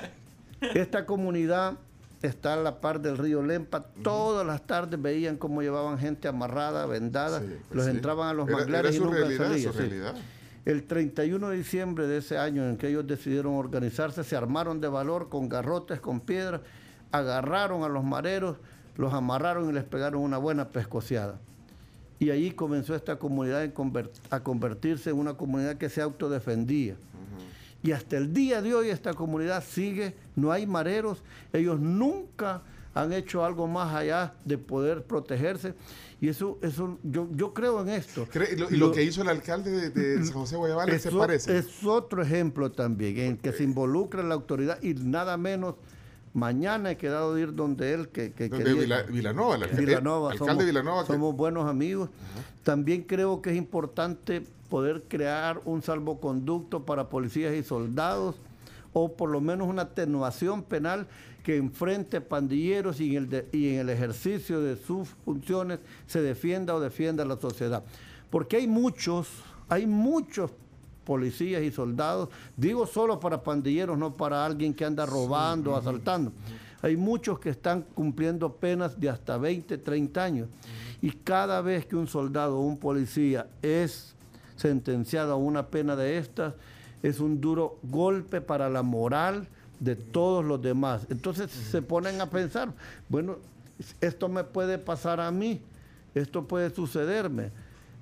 esta comunidad está a la par del río Lempa. Uh-huh. Todas las tardes veían cómo llevaban gente amarrada, vendada, sí, pues los sí. entraban a los era, manglares era y nunca realidad, salían. Su realidad. Sí. El treinta y uno de diciembre de ese año en que ellos decidieron organizarse, se armaron de valor con garrotes, con piedras, agarraron a los mareros, los amarraron y les pegaron una buena pescociada. Y allí comenzó esta comunidad a convertirse en una comunidad que se autodefendía. Y hasta el día de hoy esta comunidad sigue, no hay mareros, ellos nunca han hecho algo más allá de poder protegerse. Y eso, eso yo, yo creo en esto. ¿Cree, y, lo, y lo, lo que hizo el alcalde de, de San José Guayabal se parece? Es otro ejemplo también, en okay. que se involucra la autoridad y nada menos. Mañana he quedado de ir donde él, que, que donde Vila, Vilanova, el alcalde, Vilanova, alcalde somos, Vilanova. Que... Somos buenos amigos. Uh-huh. También creo que es importante poder crear un salvoconducto para policías y soldados, o por lo menos una atenuación penal que enfrente pandilleros y en el, de, y en el ejercicio de sus funciones se defienda o defienda a la sociedad. Porque hay muchos, hay muchos policías y soldados, digo solo para pandilleros, no para alguien que anda robando, sí, asaltando. Uh-huh. Hay muchos que están cumpliendo penas de hasta veinte, treinta años. Uh-huh. Y cada vez que un soldado o un policía es sentenciado a una pena de estas, es un duro golpe para la moral de todos los demás. Entonces uh-huh. se ponen a pensar, bueno, esto me puede pasar a mí, esto puede sucederme.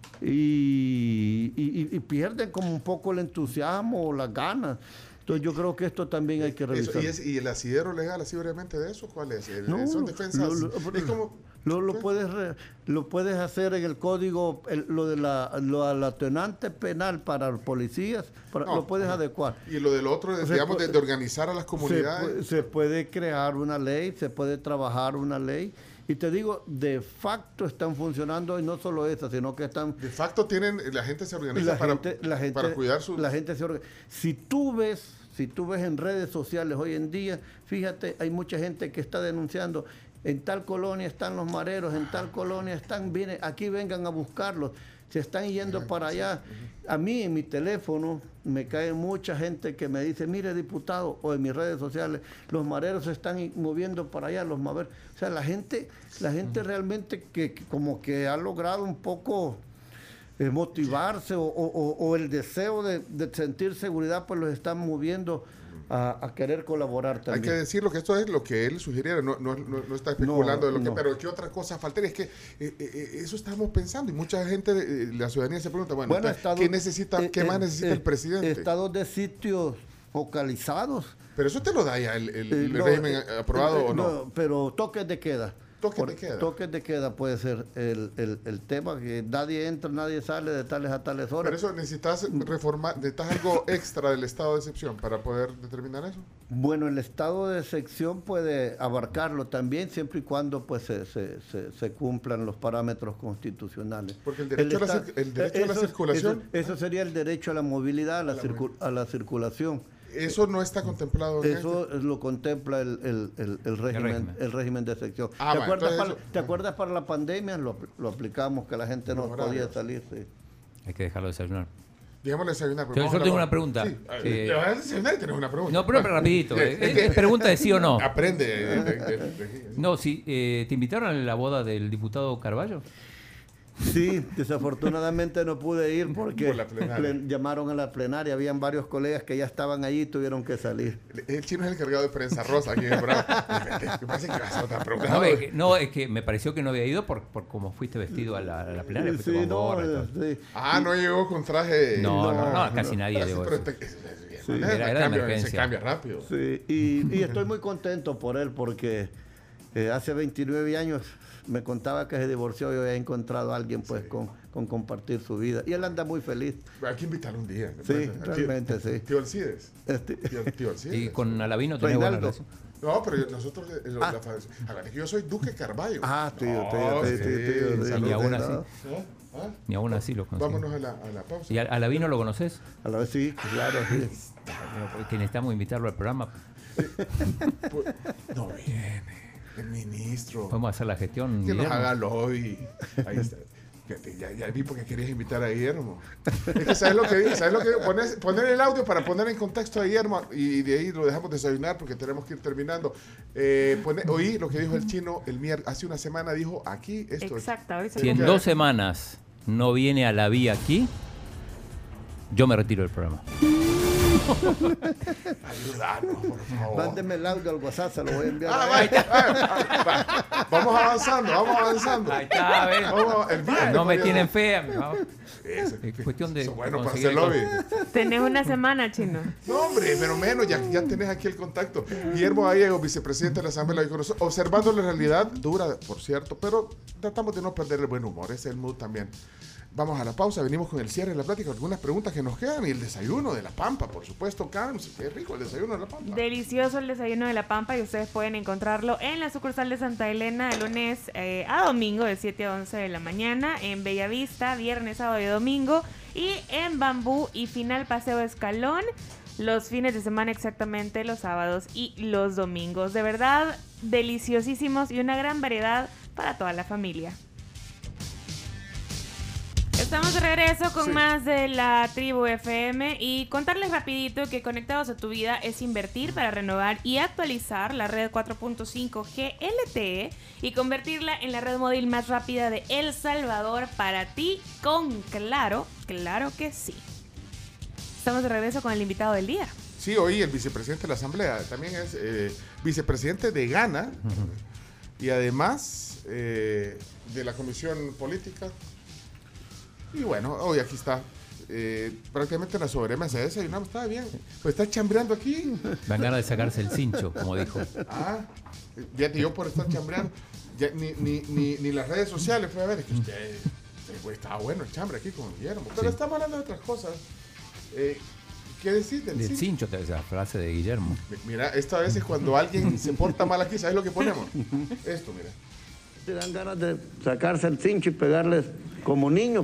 Y, y, y pierden como un poco el entusiasmo o las ganas. Entonces yo creo que esto también hay que revisar. ¿Y, es, ¿Y el asidero legal así brevemente de eso cuál es? El, no, son defensas. Lo, lo, es como, lo, lo, puedes re, lo puedes hacer en el código, el, lo de la lo, la atenuante penal para policías, para, no, lo puedes no. adecuar. Y lo del otro, se digamos, puede, de, de organizar a las comunidades. Se, se puede crear una ley, se puede trabajar una ley. Y te digo, de facto están funcionando, y no solo esas, sino que están... De facto tienen, la gente se organiza para, gente, la gente, para cuidar su... La gente se organiza. Si tú ves, si tú ves en redes sociales hoy en día, fíjate, hay mucha gente que está denunciando, en tal colonia están los mareros, en tal colonia están, vienen, aquí vengan a buscarlos, se están yendo para allá. A mí en mi teléfono me cae mucha gente que me dice, mire diputado, o en mis redes sociales, los mareros se están moviendo para allá, los mareros. O sea, la gente, la gente realmente que, que como que ha logrado un poco eh, motivarse o, o, o el deseo de, de sentir seguridad, pues los están moviendo a, a querer colaborar también. Hay que decirlo que esto es lo que él sugiriera, no, no, no, no está especulando no, de lo que, no. Pero ¿qué otra cosa faltaría? Es que eh, eh, eso estamos pensando y mucha gente, eh, la ciudadanía se pregunta, bueno, bueno está, ¿qué necesita, eh, qué eh, más necesita eh, el presidente? Estados de sitios focalizados. Pero eso te lo da ya el, el, el no, régimen eh, aprobado eh, o no? no. Pero toques de queda. Toques de queda. Toques de queda puede ser el, el, el tema, que nadie entra, nadie sale de tales a tales horas. Pero eso necesitas reformar, necesitas algo extra del estado de excepción para poder determinar eso. Bueno, el estado de excepción puede abarcarlo también, siempre y cuando pues se, se, se, se cumplan los parámetros constitucionales. Porque el derecho, el a, la, el derecho a la circulación... Eso, eso sería el derecho a la movilidad, a la, a la, circu, a la circulación. Eso no está contemplado en Eso este? lo contempla el, el, el, el, régimen, el, régimen. el régimen de excepción. Ah, ¿Te, va, acuerdas para, eso... ¿Te acuerdas para la pandemia? Lo, lo aplicamos, que la gente no, no podía salir. Sí. Hay que dejarlo desayunar. Dejémosle desayunar. Yo solo tengo una pregunta. Sí. Eh, ¿Le vas a desayunar y tenés una pregunta? No, pero, pero rapidito. eh, es, es pregunta de sí o no. Aprende. De, de, de, de, no, sí. Eh, ¿Te invitaron a la boda del diputado Carballo? Sí, desafortunadamente no pude ir porque Por llamaron a la plenaria, habían varios colegas que ya estaban allí y tuvieron que salir. El chino es el encargado de prensa rosa aquí en el programa. Me parece que vas a estar preocupado. No, es que, no, es que me pareció que no había ido por, por cómo fuiste vestido a la, a la plenaria. Sí, no, gorra, sí. Ah, no llegó con traje. No, no, no, no casi no. nadie llegó. Pero te, sí. Era, era de emergencia. Se cambia rápido. Sí, y, y estoy muy contento por él porque Eh, hace veintinueve años me contaba que se divorció y había encontrado a alguien pues sí. con, con compartir su vida. Y él anda muy feliz. Hay que invitarlo un día. Sí, Aquí, realmente sí. Tío Alcides. Este. Tío, tío Alcides. Y con Alavino tenés buena relación. No, pero nosotros, eh, ah. la, la, yo soy Duque Carballo. Ah, tío, no, tío, tío, sí, tío, tío. Y ni aún así. ¿No? ¿Ah? Ni aún así lo conocí. Vámonos a la, a la pausa. ¿Y a Alavino lo conoces? A la vez sí, claro, sí. Que necesitamos invitarlo al programa. Pues, no viene, el ministro. Podemos hacer la gestión. Que Guillermo. nos haga lobby. Ahí está. Ya, ya vi porque querías invitar a Guillermo. Es que sabes lo que digo, sabes lo que digo, poner, poner el audio para poner en contexto a Guillermo y de ahí lo dejamos desayunar porque tenemos que ir terminando. Eh, poner, oí lo que dijo el chino el miércoles, hace una semana dijo aquí esto. Exacto, ahorita Si en dos semanas no viene a la vía aquí, yo me retiro del programa. Ayúdanos, por favor. Mándeme el audio al WhatsApp, se lo voy a enviar. Ah, a va, va, va. Vamos avanzando, vamos avanzando. Ahí está, ven. Vamos, el viernes No me podríamos- tienen fe. amigo. Eso, Es cuestión de eso es bueno para conseguir hacer lobby. tenés una semana, Chino. No, hombre, pero menos, ya, ya tenés aquí el contacto. Guillermo Gallego, vicepresidente de la Asamblea, hoy con nosotros, observando la realidad, dura, por cierto, pero tratamos de no perder el buen humor, ese es el mood también. Vamos a la pausa, venimos con el cierre de la plática, algunas preguntas que nos quedan y el desayuno de la Pampa, por supuesto, Carms, qué rico el desayuno de la Pampa. Delicioso el desayuno de la Pampa y ustedes pueden encontrarlo en la sucursal de Santa Elena de lunes eh, a domingo de siete a once de la mañana, en Bellavista, viernes, sábado y domingo, y en Bambú y Final Paseo Escalón los fines de semana, exactamente los sábados y los domingos. De verdad, deliciosísimos y una gran variedad para toda la familia. Estamos de regreso con Sí. más de la Tribu F M y contarles rapidito que Conectados a tu Vida es invertir para renovar y actualizar la red cuatro punto cinco G L T E y convertirla en la red móvil más rápida de El Salvador para ti con Claro, claro que sí. Estamos de regreso con el invitado del día. Sí, hoy el vicepresidente de la Asamblea también es eh, vicepresidente de Ghana uh-huh. y además eh, de la Comisión Política. Y bueno, hoy aquí está, eh, prácticamente en la sobremesa de desayunamos, estaba bien. Pues está chambreando aquí. Dan ganas de sacarse el cincho, como dijo. Ah, fíjate, yo por estar chambreando, ya, ni, ni, ni, ni las redes sociales fue a ver, es que usted, usted pues, estaba bueno el chambre aquí con Guillermo. Pero Sí. estamos hablando de otras cosas. Eh, ¿Qué decís del Del cincho? cincho, esa frase de Guillermo. Mira, esta vez es cuando alguien se porta mal aquí, ¿sabes lo que ponemos? Esto, mira. Te dan ganas de sacarse el cincho y pegarles como niño.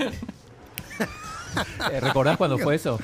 Eh, ¿Recordás cuándo fue eso?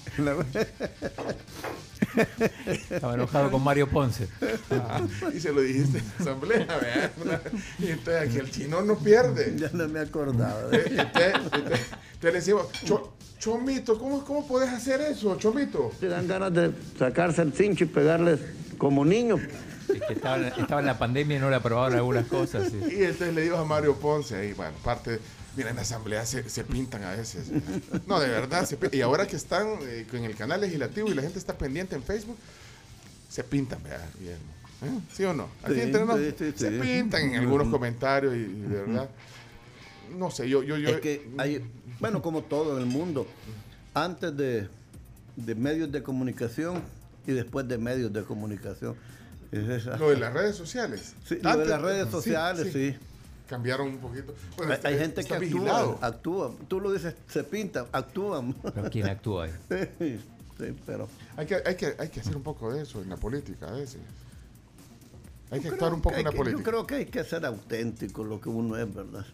Estaba enojado con Mario Ponce. Ah, y se lo dijiste en la asamblea, ¿verdad? Una- y entonces aquí el chino no pierde. Ya no me acordaba. Eh, Entonces, entonces, entonces le decimos, "Cho- Chomito, ¿cómo, ¿cómo podés hacer eso, Chomito? Te dan ganas de sacarse el cincho y pegarles como niño. Es que estaba, estaba en la pandemia y no le aprobaron algunas cosas. Sí. Y entonces le digo a Mario Ponce, ahí, bueno, parte, mira, en la asamblea se, se pintan a veces. No, de verdad, se pintan. Y ahora que están eh, en el canal legislativo y la gente está pendiente en Facebook, se pintan, ¿verdad? Bien. ¿Eh? ¿Sí o no? Aquí Sí, entre nos, sí, sí, se sí. pintan en algunos comentarios y, y de verdad, no sé, yo... yo, yo Es que hay, bueno, como todo en el mundo, antes de, de medios de comunicación y después de medios de comunicación. Es esa- Lo de las redes sociales. Sí, lo de las redes sociales, sí. Cambiaron un poquito. Bueno, Hay, está- hay gente que está actúa, vigilado. actúa. Tú lo dices, se pintan, actúan. Pero ¿quién actúa ahí? Sí, sí, pero Hay que, hay, que, hay que hacer un poco de eso en la política a veces. Hay que yo actuar creo un poco que en la hay que- política. Yo creo que hay que ser auténtico lo que uno es, ¿verdad?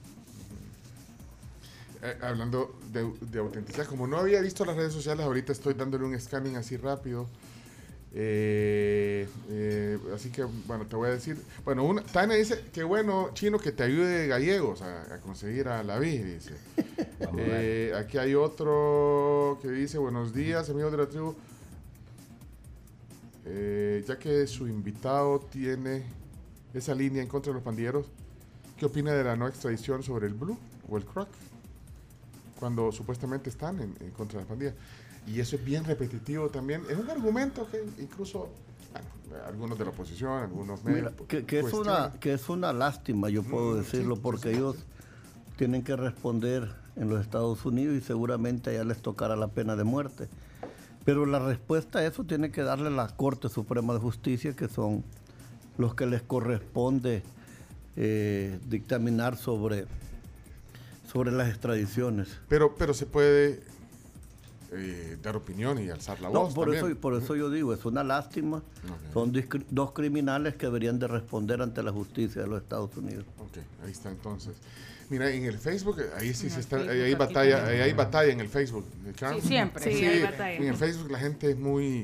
Eh, hablando de, de autenticidad, como no había visto las redes sociales, ahorita estoy dándole un scanning así rápido. Eh, eh, así que, bueno, te voy a decir. Bueno, una, Tania dice que bueno, Chino, que te ayude Gallegos a, a conseguir a la V I, dice. Vamos a ver. Eh, aquí hay otro que dice: buenos días, amigos de la tribu. Eh, ya que su invitado tiene esa línea en contra de los pandilleros, ¿qué opina de la no extradición sobre el Blue o el Crack? Cuando supuestamente están en, en contra de las pandillas. Y eso es bien repetitivo también. Es un argumento que incluso bueno, algunos de la oposición, algunos medios. Mira, que, que es una, cuestionan. que es una lástima, yo puedo Mm, decirlo, sí, porque sí. ellos tienen que responder en los Estados Unidos y seguramente allá les tocará la pena de muerte. Pero la respuesta a eso tiene que darle la Corte Suprema de Justicia, que son los que les corresponde eh, dictaminar sobre, sobre las extradiciones. Pero, pero se puede eh, dar opinión y alzar la No, voz por también. eso, por eso yo digo, es una lástima. Ok. Son discri- dos criminales que deberían de responder ante la justicia de los Estados Unidos. Ok, ahí está entonces. Mira, en el Facebook, ahí sí En se el está, Facebook, ahí hay aquí batalla, también. ahí hay batalla en el Facebook. Carmen. Sí, siempre. Sí, hay batalla. En el Facebook la gente es muy...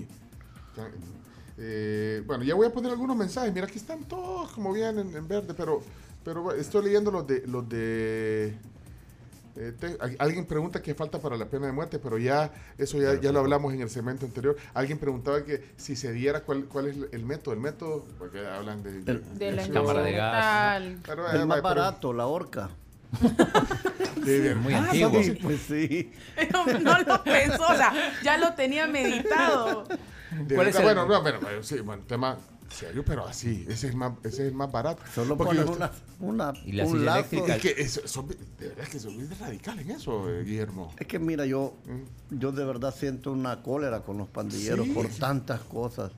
eh, bueno, ya voy a poner algunos mensajes. Mira, aquí están todos como bien en, en verde, pero, pero estoy leyendo los de... Los de eh, te- alguien pregunta qué falta para la pena de muerte, pero ya eso ya, ya lo hablamos en el segmento anterior. Alguien preguntaba que si se diera cuál, cuál es el método. El método, porque hablan de... El- De la Cámara de gas, instrumental. Pero, El eh, más pero- barato, la horca. de- de- muy Ah, antiguo. sí, Pues sí. No, no lo pensó, o sea, ya lo tenía meditado. de ¿Cuál es verdad, el- bueno, no, bueno, bueno, sí, bueno, tema serio, pero así, ese es el más, ese es el más barato. Solo Porque pones yo- una, una, Y la un silla lazo. eléctrica. Es que eso, son, de verdad que son muy radical en eso, eh, Guillermo. Es que mira, yo, yo de verdad siento una cólera con los pandilleros Sí. por tantas cosas.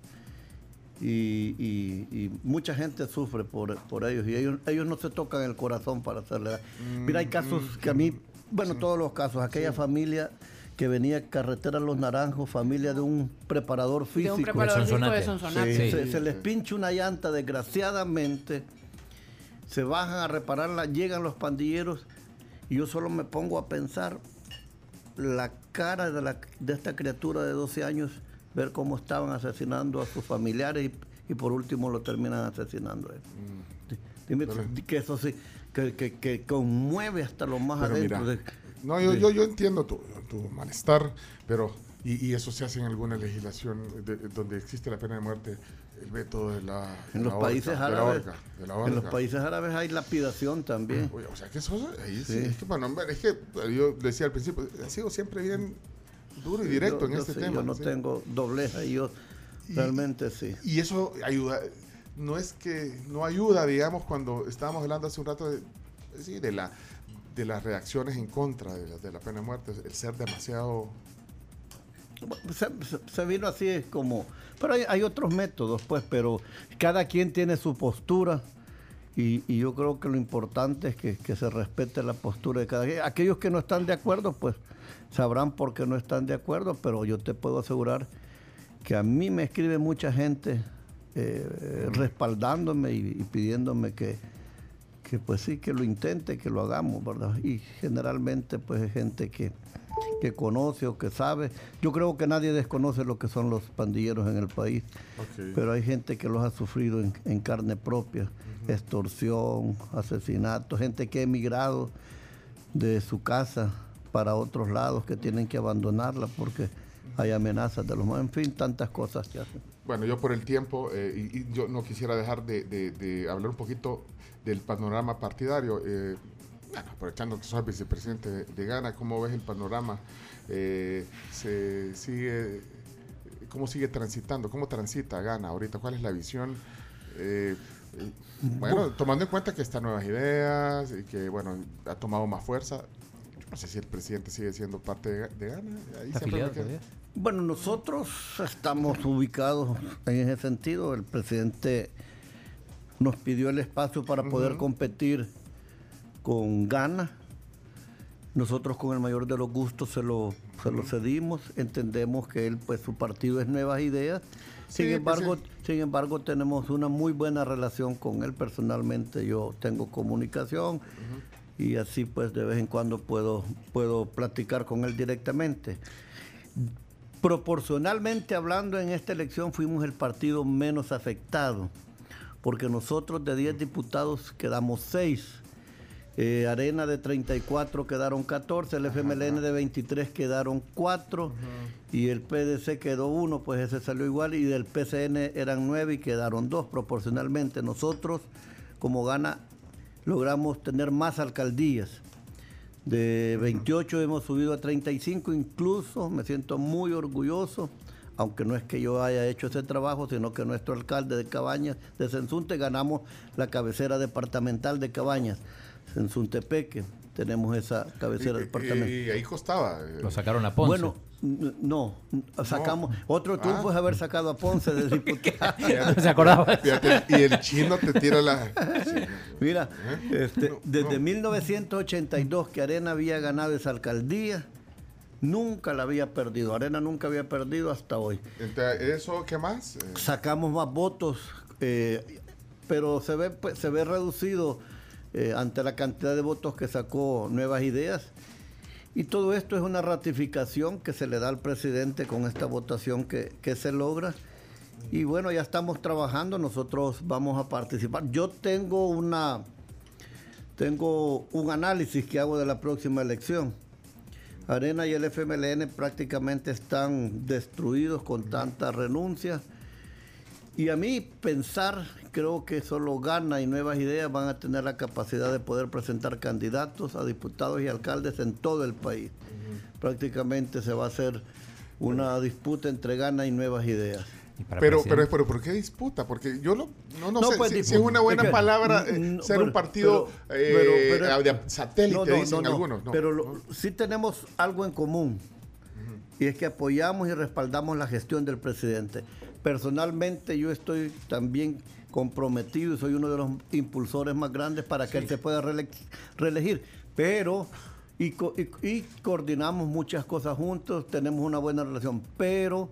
Y, y- y mucha gente sufre por, por ellos. Y ellos, ellos no se tocan el corazón para hacerle daño. Mira, hay casos que a mí, bueno, todos los casos, aquella familia que venía carretera Los Naranjos, familia de un preparador De físico. un preparador físico de Sonsonate. Sonsonate. Se, Sí. se- se les pincha una llanta, desgraciadamente, se bajan a repararla, llegan los pandilleros y yo solo me pongo a pensar la cara de, la, de esta criatura de doce años, ver cómo estaban asesinando a sus familiares y, y por último lo terminan asesinando a él. Dime, Pero- que eso sí, que, que, que conmueve hasta lo más Pero adentro. mira, de- no, yo, de- yo, yo entiendo tu, tu malestar, pero, y, y eso se hace en alguna legislación de- de- donde existe la pena de muerte, el método de la en de los la países horca, de la árabes, horca, de la en los horca. países árabes hay lapidación también. Oye, o sea, que eso, ahí sí, Sí. es que, bueno, hombre, es que yo decía al principio, ha sido siempre bien duro y directo Yo- en yo este sí, tema. Yo no sí. tengo doblez ahí, yo Y- realmente sí. Y eso ayuda, no es que no ayuda, digamos, cuando estábamos hablando hace un rato de, sí, de, la, de las reacciones en contra de la, de la pena de muerte, el ser demasiado... Se, se- se vino así es como, pero hay, hay otros métodos pues, pero cada quien tiene su postura y, y yo creo que lo importante es que, que se respete la postura de cada quien. Aquellos que no están de acuerdo pues sabrán por qué no están de acuerdo, pero yo te puedo asegurar que a mí me escribe mucha gente eh, respaldándome y, y pidiéndome que, que pues sí, que lo intente, que lo hagamos, ¿verdad? Y generalmente pues es gente que, que conoce o que sabe. Yo creo que nadie desconoce lo que son los pandilleros en el país, Ok. pero hay gente que los ha sufrido en, en carne propia, extorsión, asesinato, gente que ha emigrado de su casa para otros lados, que tienen que abandonarla porque hay amenazas de los más, en fin, tantas cosas que hacen. Bueno, yo por el tiempo, eh, y, y yo no quisiera dejar de, de- de hablar un poquito del panorama partidario. Eh, bueno, aprovechando que sos vicepresidente de, de Ghana, ¿cómo ves el panorama? Eh, se sigue, ¿Cómo sigue transitando? ¿Cómo transita Ghana ahorita? ¿Cuál es la visión? Eh, eh, bueno, tomando en cuenta que están nuevas ideas y que, bueno, ha tomado más fuerza. Yo no sé si el presidente sigue siendo parte de, de Ghana. Ahí ¿Está siempre me afiliado quedo. todavía? Bueno, nosotros estamos ubicados en ese sentido. El presidente nos pidió el espacio para poder competir con Ghana. Nosotros con el mayor de los gustos se lo, se lo cedimos. Entendemos que él, pues, su partido es Nuevas Ideas. Sí, Sin pues, embargo, sí. sin embargo, tenemos una muy buena relación con él. Personalmente yo tengo comunicación y así pues de vez en cuando puedo, puedo platicar con él directamente. Proporcionalmente hablando, en esta elección fuimos el partido menos afectado, porque nosotros de diez diputados quedamos seis. Eh, Arena de treinta y cuatro quedaron catorce, el F M L N de veintitrés quedaron cuatro y el P D C quedó uno, pues ese salió igual, y del P C N eran nueve y quedaron dos proporcionalmente. Nosotros, como Ghana, logramos tener más alcaldías. De veintiocho hemos subido a treinta y cinco, incluso me siento muy orgulloso, aunque no es que yo haya hecho ese trabajo, sino que nuestro alcalde de Cabañas, de Sensunte, ganamos la cabecera departamental de Cabañas, Sensuntepeque, tenemos esa cabecera Y- y- departamental. Y, ahí costaba. eh, Lo sacaron a Ponce. Bueno, No, sacamos. No. Otro triunfo ah. es haber sacado a Ponce de diputado. ¿Se acordaba? Fíjate, y el chino te tira la. Mira, este, no, desde no. mil novecientos ochenta y dos que Arena había ganado esa alcaldía, nunca la había perdido. Arena nunca había perdido hasta hoy. Entonces, ¿eso qué más? Eh. Sacamos más votos, eh, pero se ve, se ve reducido eh, ante la cantidad de votos que sacó Nuevas Ideas. Y todo esto es una ratificación que se le da al presidente con esta votación que, que se logra. Y bueno, ya estamos trabajando, nosotros vamos a participar. Yo tengo una tengo un análisis que hago de la próxima elección. Arena y el F M L N prácticamente están destruidos con tantas renuncias. Y a mí pensar, creo que solo Gana y Nuevas Ideas van a tener la capacidad de poder presentar candidatos a diputados y alcaldes en todo el país. Uh-huh. Prácticamente se va a hacer una disputa entre Gana y Nuevas Ideas. Pero, pero, pero, ¿por qué disputa? Porque yo lo, no, no, no sé pues, si, si es una buena es que, palabra eh, no, ser pero, un partido pero, eh, pero, pero, de satélite, no, no, dicen no, no, algunos. No, pero no. Lo, sí tenemos algo en común, uh-huh. y es que apoyamos y respaldamos la gestión del presidente. Personalmente yo estoy también comprometido y soy uno de los impulsores más grandes para que sí. él se pueda reele- reelegir, pero y, co- y, y coordinamos muchas cosas juntos, tenemos una buena relación, pero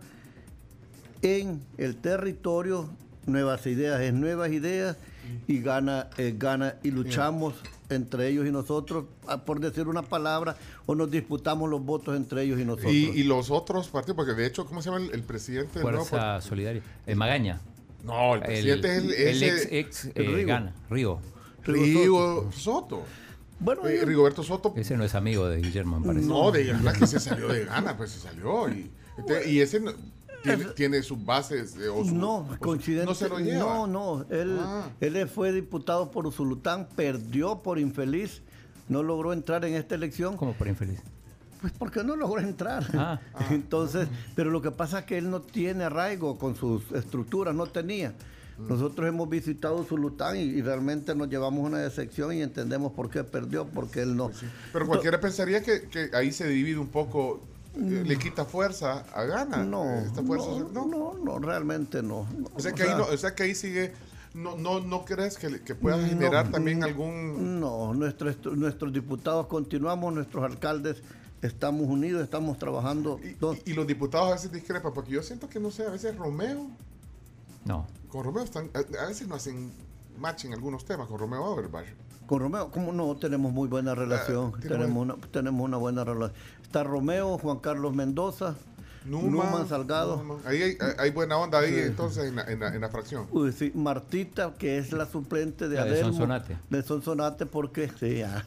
en el territorio Nuevas Ideas es Nuevas Ideas y Gana es Gana y luchamos sí. entre ellos y nosotros, por decir una palabra, o nos disputamos los votos entre ellos y nosotros. Y, y los otros partidos, porque de hecho, ¿cómo se llama el, el presidente? Fuerza del Solidaria. Eh, Magaña. No, el presidente el, es el, el ex, ex, ex eh, Gana, Río. Río Soto. Bueno, eh, Rigoberto Soto. Ese no es amigo de Guillermo, me parece. No, de Gana que se salió de Gana, pues se salió. Y, este, y ese... ¿Tiene, ¿Tiene sus bases? Eh, o su, no, coincidente. ¿No se lo lleva? No, no. Él, ah. él fue diputado por Usulután, perdió por infeliz, no logró entrar en esta elección. ¿Cómo por infeliz? Pues porque no logró entrar. Ah. Entonces, pero lo que pasa es que él no tiene arraigo con sus estructuras, no tenía. Nosotros hemos visitado Usulután y, y realmente nos llevamos una decepción y entendemos por qué perdió, porque él no. Pues sí. Pero cualquiera Entonces, pensaría que, que ahí se divide un poco. ¿Le quita fuerza a Gana? No, Esta fuerza, no, no, no, no, realmente no. no. O sea, que o, sea, ahí no, o sea que ahí sigue, no, no, no crees que, que pueda generar no, también algún... No, nuestros, nuestros diputados continuamos, nuestros alcaldes estamos unidos, estamos trabajando. Y, y, y los diputados a veces discrepan, porque yo siento que no sé, a veces Romeo... No. Con Romeo están, a, a veces no hacen match en algunos temas, con Romeo Auerbach. Con Romeo, ¿cómo no? Tenemos muy buena relación. Uh, tenemos, una, tenemos una buena relación. Está Romeo, Juan Carlos Mendoza, Numa, Numa Salgado. Numa. Ahí hay, hay buena onda ahí, sí. entonces, en la, en, la, en la fracción. Uy, sí. Martita, que es la suplente de la Adelmo. De Sonsonate. De Sonsonate, porque, sí, ah,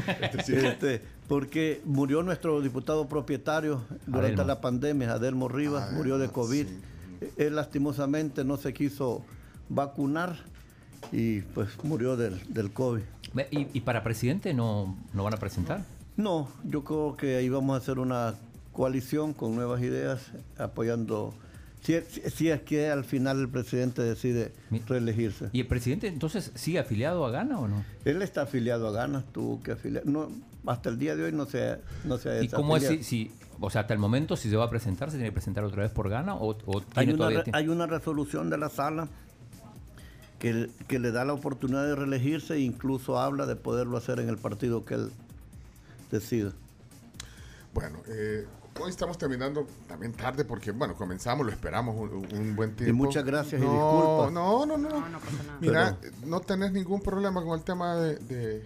este, porque murió nuestro diputado propietario durante Adelmo. la pandemia, Adelmo Rivas, ah, murió de COVID. Sí. Él lastimosamente no se quiso vacunar y pues murió del, del COVID. ¿Y, y para presidente no, no van a presentar? No, yo creo que ahí vamos a hacer una coalición con Nuevas Ideas, apoyando, si, si es que al final el presidente decide reelegirse. ¿Y el presidente entonces sigue afiliado a Gana o no? Él está afiliado a Gana, tuvo que afiliar, no, hasta el día de hoy no se, no se ha desafiliado. ¿Y cómo es si, si, o sea, hasta el momento si se va a presentar, se tiene que presentar otra vez por Gana o, o tiene hay, una, todavía hay una resolución de la sala que, que le da la oportunidad de reelegirse e incluso habla de poderlo hacer en el partido que él decida. Bueno, eh, hoy estamos terminando también tarde porque, bueno, comenzamos, lo esperamos un, un buen tiempo. Y muchas gracias no, y disculpas. No, no, no. No, no pasa nada. Mira, Pero, no tenés ningún problema con el tema de, de,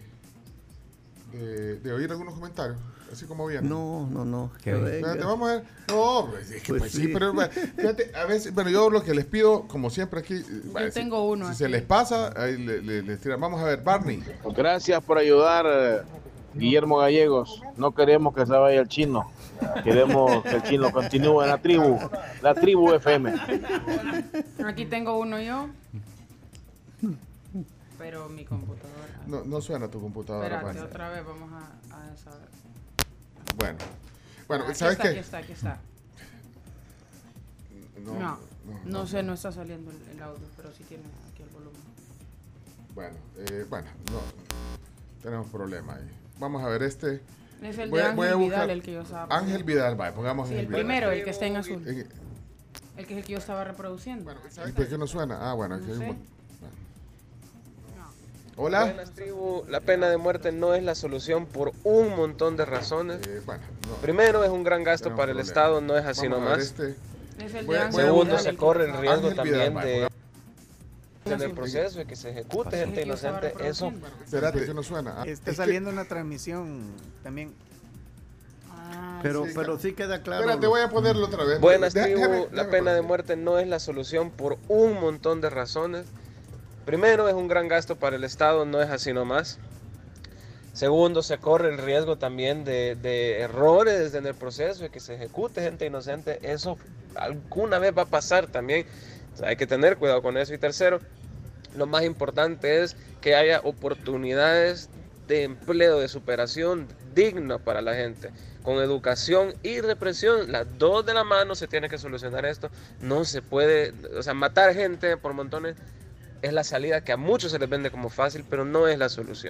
de, de oír algunos comentarios, así como viene. No, no, no. Que Te vamos a ver. No, pues, es que Pues pues sí, sí. pero bueno, fíjate, a veces, bueno, yo lo que les pido, como siempre aquí, Yo bueno, tengo si, uno si aquí. se les pasa, ahí le, le, les tiran. Vamos a ver, Barney. Gracias por ayudar, eh, Guillermo Gallegos. No queremos que se vaya el chino. Queremos que el chino continúe en la tribu, la tribu F M. Aquí tengo uno yo. Pero mi computadora. No, no suena tu computadora. Espérate, Barney. otra vez vamos a, a saber. Bueno, bueno, Aquí ¿sabes está, qué? Aquí está, aquí está. No, no, no, no sé, no está saliendo el, el audio, pero sí tiene aquí el volumen. Bueno, eh, bueno, no, tenemos problema ahí. Vamos a ver este. Es el Voy de a- voy a Ángel buscar- Vidal, el que yo estaba Ángel poniendo. Vidal, vaya, pongamos Sí, Ángel el Vidal. primero, el que está en azul. Eh, El que es el que yo estaba reproduciendo. ¿Y por qué no suena? Ah, bueno, aquí No hay un sé. mon- Hola. Buenas, tribu. La pena de muerte no es la solución por un montón de razones. Eh, bueno, no. Primero, es un gran gasto Tenemos para el problema. Estado, no es así Vamos a ver nomás. este. Es el Voy de a- Ángel voy a Segundo, Vidal, se el que corre el estaba- riesgo Ángel también Vidal, de vaya, en el proceso de que se ejecute el gente que yo estaba inocente. Eso reproduciendo. Espérate, que no suena. Ah, Está es que- saliendo una transmisión también. Ah, Pero, sí, pero claro. sí queda claro. Espérate, voy a ponerlo otra vez. Buenas, Deja- tribu. déjame- La déjame pena de poner. muerte no es la solución por un montón de razones. Primero, es un gran gasto para el Estado, no es así nomás. Segundo, se corre el riesgo también de, de errores en el proceso, de que se ejecute gente inocente. Eso alguna vez va a pasar también. O sea, hay que tener cuidado con eso. Y tercero, lo más importante es que haya oportunidades de empleo, de superación digna para la gente. Con educación y represión, las dos de la mano se tiene que solucionar esto. No se puede, o sea, matar gente por montones es la salida que a muchos se les vende como fácil, pero no es la solución.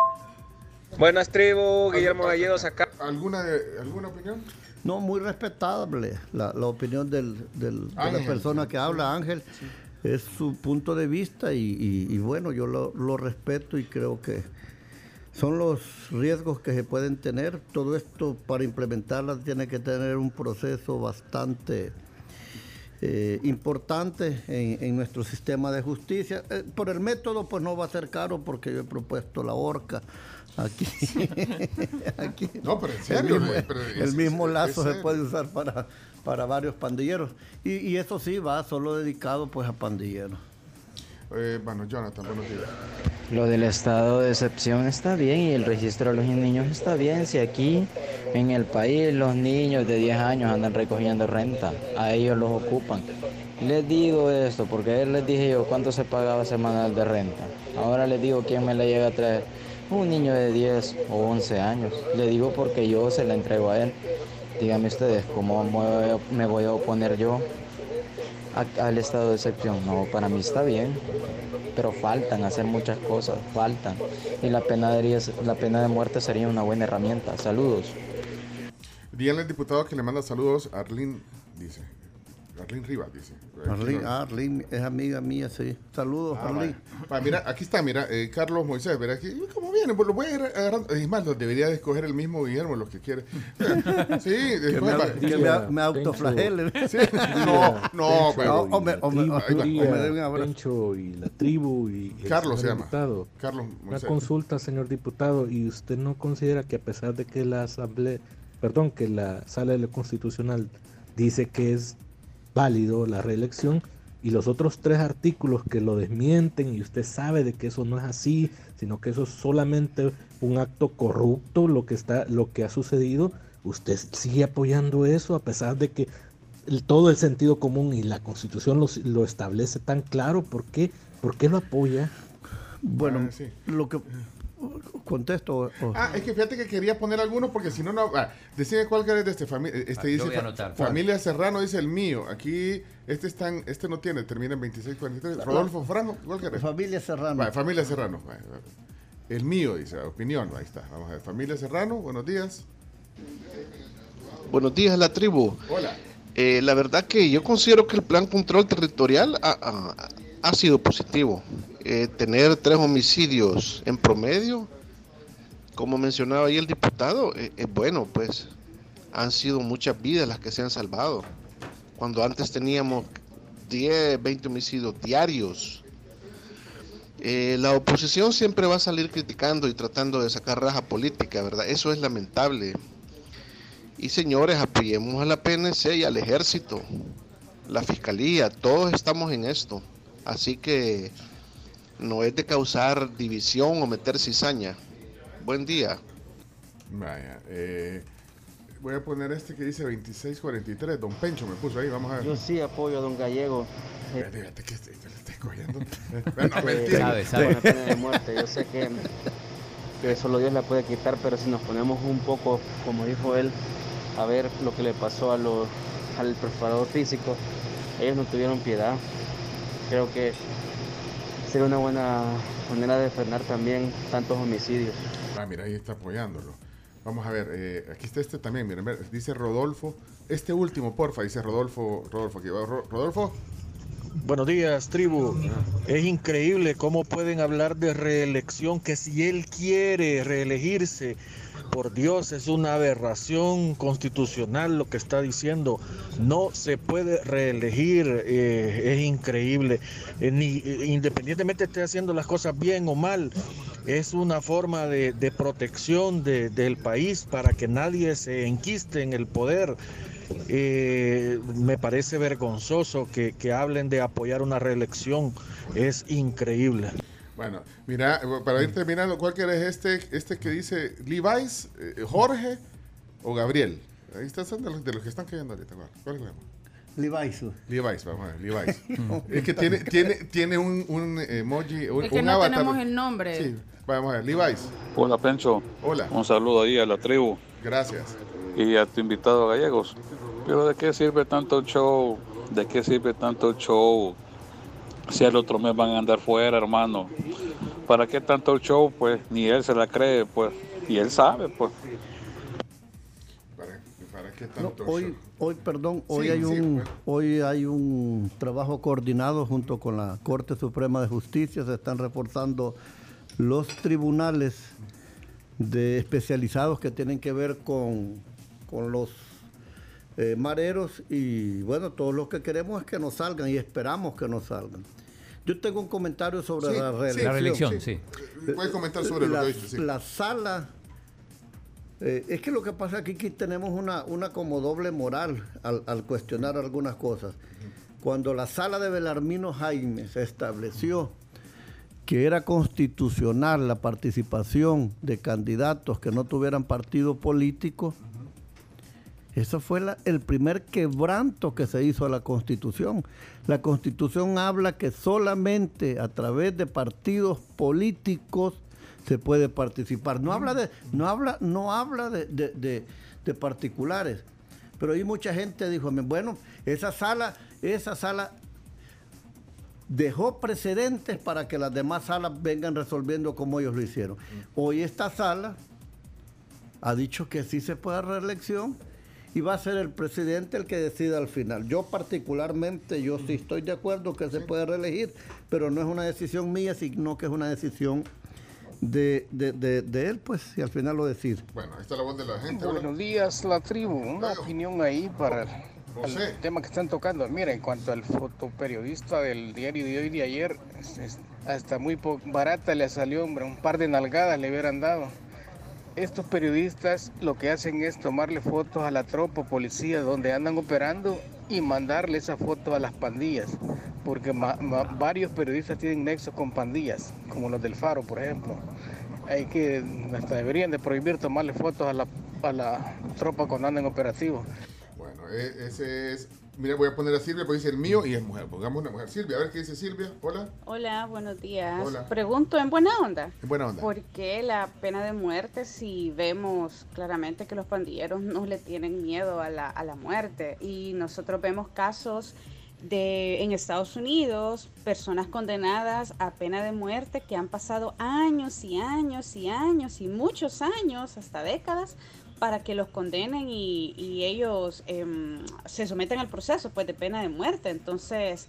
Buenas, tribu, Guillermo Gallegos acá. ¿Alguna, de- ¿Alguna opinión? No, muy respetable la, la opinión del, del- de la Ángel, persona sí, que sí, habla, Ángel. Es su punto de vista y, y- y bueno, yo lo, lo respeto y creo que son los riesgos que se pueden tener. Todo esto para implementarla tiene que tener un proceso bastante eh, importante en, en nuestro sistema de justicia. Eh, por el método pues no va a ser caro porque yo he propuesto la horca. Aquí, aquí. No, pero en serio, El mismo, eh, pero el es- mismo es- lazo es se serio. puede usar para, para varios pandilleros. Y, y eso sí va solo dedicado pues a pandilleros. Eh, bueno, Jonathan, buenos días. Lo del estado de excepción está bien y el registro de los niños está bien. Si aquí en el país los niños de diez años andan recogiendo renta, a ellos los ocupan. Les digo esto porque ayer les dije yo cuánto se pagaba semanal de renta. Ahora les digo quién me la llega a traer. Un niño de diez o once años. Le digo porque yo se la entrego a él. Díganme ustedes, ¿cómo me voy a- me voy a oponer yo a- al estado de excepción? No, para mí está bien, pero faltan hacer muchas cosas, faltan. Y la pena de, la pena de muerte sería una buena herramienta. Saludos. Díganle al diputado que le manda saludos a Arlene, dice. Arlene Rivas, dice. Arlene, ah, Arlene es amiga mía, sí. Saludos, Ah, Arlene. vaya. Vaya, mira, aquí está, mira, eh, Carlos Moisés, verá aquí, ¿cómo viene? Pues lo voy a ir agarrando. Es más, lo debería de escoger el mismo Guillermo, los que quiere. Sí, Que después me, va. que me, me autoflagele. Sí, no, no, No, pero- o me, o me- Ahí va. o me den un abrazo. Pencho y la tribu y el Carlos se señor llama. diputado. Carlos Una Moisés. consulta, señor diputado, y usted no considera que a pesar de que la asamblea, perdón, que la sala de lo constitucional dice que es válido la reelección y los otros tres artículos que lo desmienten y usted sabe de que eso no es así, sino que eso es solamente un acto corrupto lo que está, lo que ha sucedido, usted sigue apoyando eso a pesar de que el- todo el sentido común y la Constitución lo, lo establece tan claro? ¿Por qué, por qué lo apoya? Bueno, Ah, sí. lo que contesto. o- o- Ah, es que fíjate que quería poner algunos porque si no, no. Ah, decime cuál que es de este familia. Este Ah, yo dice voy a fa- anotar. Familia Serrano, dice el mío. Aquí, este están, este no tiene, termina en veintiséis cuarenta y tres. Rodolfo Franco, ¿cuál que es? Familia Serrano. Vale, Familia Serrano. Vale, vale. El mío, dice, opinión, ahí está. Vamos a ver. Familia Serrano, buenos días. Buenos días, la tribu. Hola. Eh, la verdad que yo considero que el plan control territorial ha, ha- ha sido positivo. Eh, tener tres homicidios en promedio, como mencionaba ahí el diputado, eh, es bueno, pues han sido muchas vidas las que se han salvado. Cuando antes teníamos diez, veinte homicidios diarios. Eh, la oposición siempre va a salir criticando y tratando de sacar raja política, ¿verdad? Eso es lamentable. Y señores, apoyemos a la P N C y al ejército, la fiscalía, todos estamos en esto. Así que no es de causar división o meter cizaña. Buen día. Vaya, eh, voy a poner este que dice veintiséis cuarenta y tres. Don Pencho me puso ahí, vamos a ver. Yo sí apoyo a don Gallego. Fíjate, fíjate que este, este le está escogiendo. Eh, No, mentira. Sabe, sabe. con la pena de muerte. Yo sé que, que solo Dios la puede quitar, pero si nos ponemos un poco, como dijo él, a ver lo que le pasó a los, al preparador físico, ellos no tuvieron piedad. Creo que sería una buena manera de frenar también tantos homicidios. Ah, mira, ahí está apoyándolo. Vamos a ver, eh, aquí está este también, miren, dice Rodolfo, este último, porfa, dice Rodolfo, Rodolfo, aquí va, Rodolfo. Buenos días, tribu. Es increíble cómo pueden hablar de reelección, que si él quiere reelegirse, por Dios, es una aberración constitucional lo que está diciendo. No se puede reelegir, eh, es increíble. Eh, ni, independientemente esté haciendo las cosas bien o mal, es una forma de, de protección de, del país para que nadie se enquiste en el poder. Eh, me parece vergonzoso que, que hablen de apoyar una reelección, es increíble. Bueno, mira, para ir terminando, ¿cuál que es este, este que dice Levi's, eh, Jorge o Gabriel? Ahí están son de los, de los que están cayendo ahorita. ¿Cuál es? Levi's. Levi's, vamos a ver, Levi's. Es que tiene, tiene, tiene un, un emoji, un, es que un no avatar. tenemos el nombre. Sí, vamos a ver, Levi's. Hola, Pencho. Hola. Un saludo ahí a la tribu. Gracias. Y a tu invitado Gallegos. Pero ¿de qué sirve tanto show? ¿De qué sirve tanto show? Si el otro mes van a andar fuera, hermano. ¿Para qué tanto show? Pues ni él se la cree, pues. Y él sabe, pues. ¿Para, para qué tanto no, hoy, show? hoy, perdón, hoy sí, hay sí, un pues. hoy hay un trabajo coordinado junto con la Corte Suprema de Justicia. Se están reforzando los tribunales de especializados que tienen que ver con, con los eh, mareros, y bueno, todos los que queremos es que nos salgan y esperamos que nos salgan. Yo tengo un comentario sobre Sí, la reelección. sí, La reelección, sí. Puedes comentar sobre la, lo que dice. Sí. La sala, eh, es que lo que pasa aquí que tenemos una, una como doble moral al, al cuestionar algunas cosas. Cuando la sala de Belarmino Jaime se estableció que era constitucional la participación de candidatos que no tuvieran partido político, eso fue la, el primer quebranto que se hizo a la Constitución. La Constitución habla que solamente a través de partidos políticos se puede participar. No habla de, no habla, no habla de, de, de, de particulares. Pero hay mucha gente dijo, bueno, esa sala, esa sala dejó precedentes para que las demás salas vengan resolviendo como ellos lo hicieron. Hoy esta sala ha dicho que sí se puede reelección y va a ser el presidente el que decida al final. Yo particularmente, yo sí estoy de acuerdo que se puede reelegir, pero no es una decisión mía, sino que es una decisión de, de, de, de él, pues, y al final lo decide. Bueno, ahí está la voz de la gente. Buenos días, la tribu. Una Claro. opinión ahí para José. el tema que están tocando. Mira, en cuanto al fotoperiodista del diario de hoy de ayer, es- es hasta muy po- barata le salió, hombre, un par de nalgadas le hubieran dado. Estos periodistas lo que hacen es tomarle fotos a la tropa, policía, donde andan operando y mandarle esa foto a las pandillas, porque ma- ma- varios periodistas tienen nexos con pandillas, como los del Faro, por ejemplo. Hay que, hasta deberían de prohibir tomarle fotos a la, a la tropa cuando andan operativos. Bueno, e- ese es. Mira, voy a poner a Silvia porque dice el mío y es mujer. Pongamos una mujer. Silvia, a ver qué dice Silvia. Hola. Hola, buenos días. Hola. Pregunto en buena onda. En buena onda. ¿Por qué la pena de muerte si vemos claramente que los pandilleros no le tienen miedo a la, a la muerte? Y nosotros vemos casos de en Estados Unidos, personas condenadas a pena de muerte que han pasado años y años y años y muchos años, hasta décadas, para que los condenen y, y ellos em, se someten al proceso pues de pena de muerte. Entonces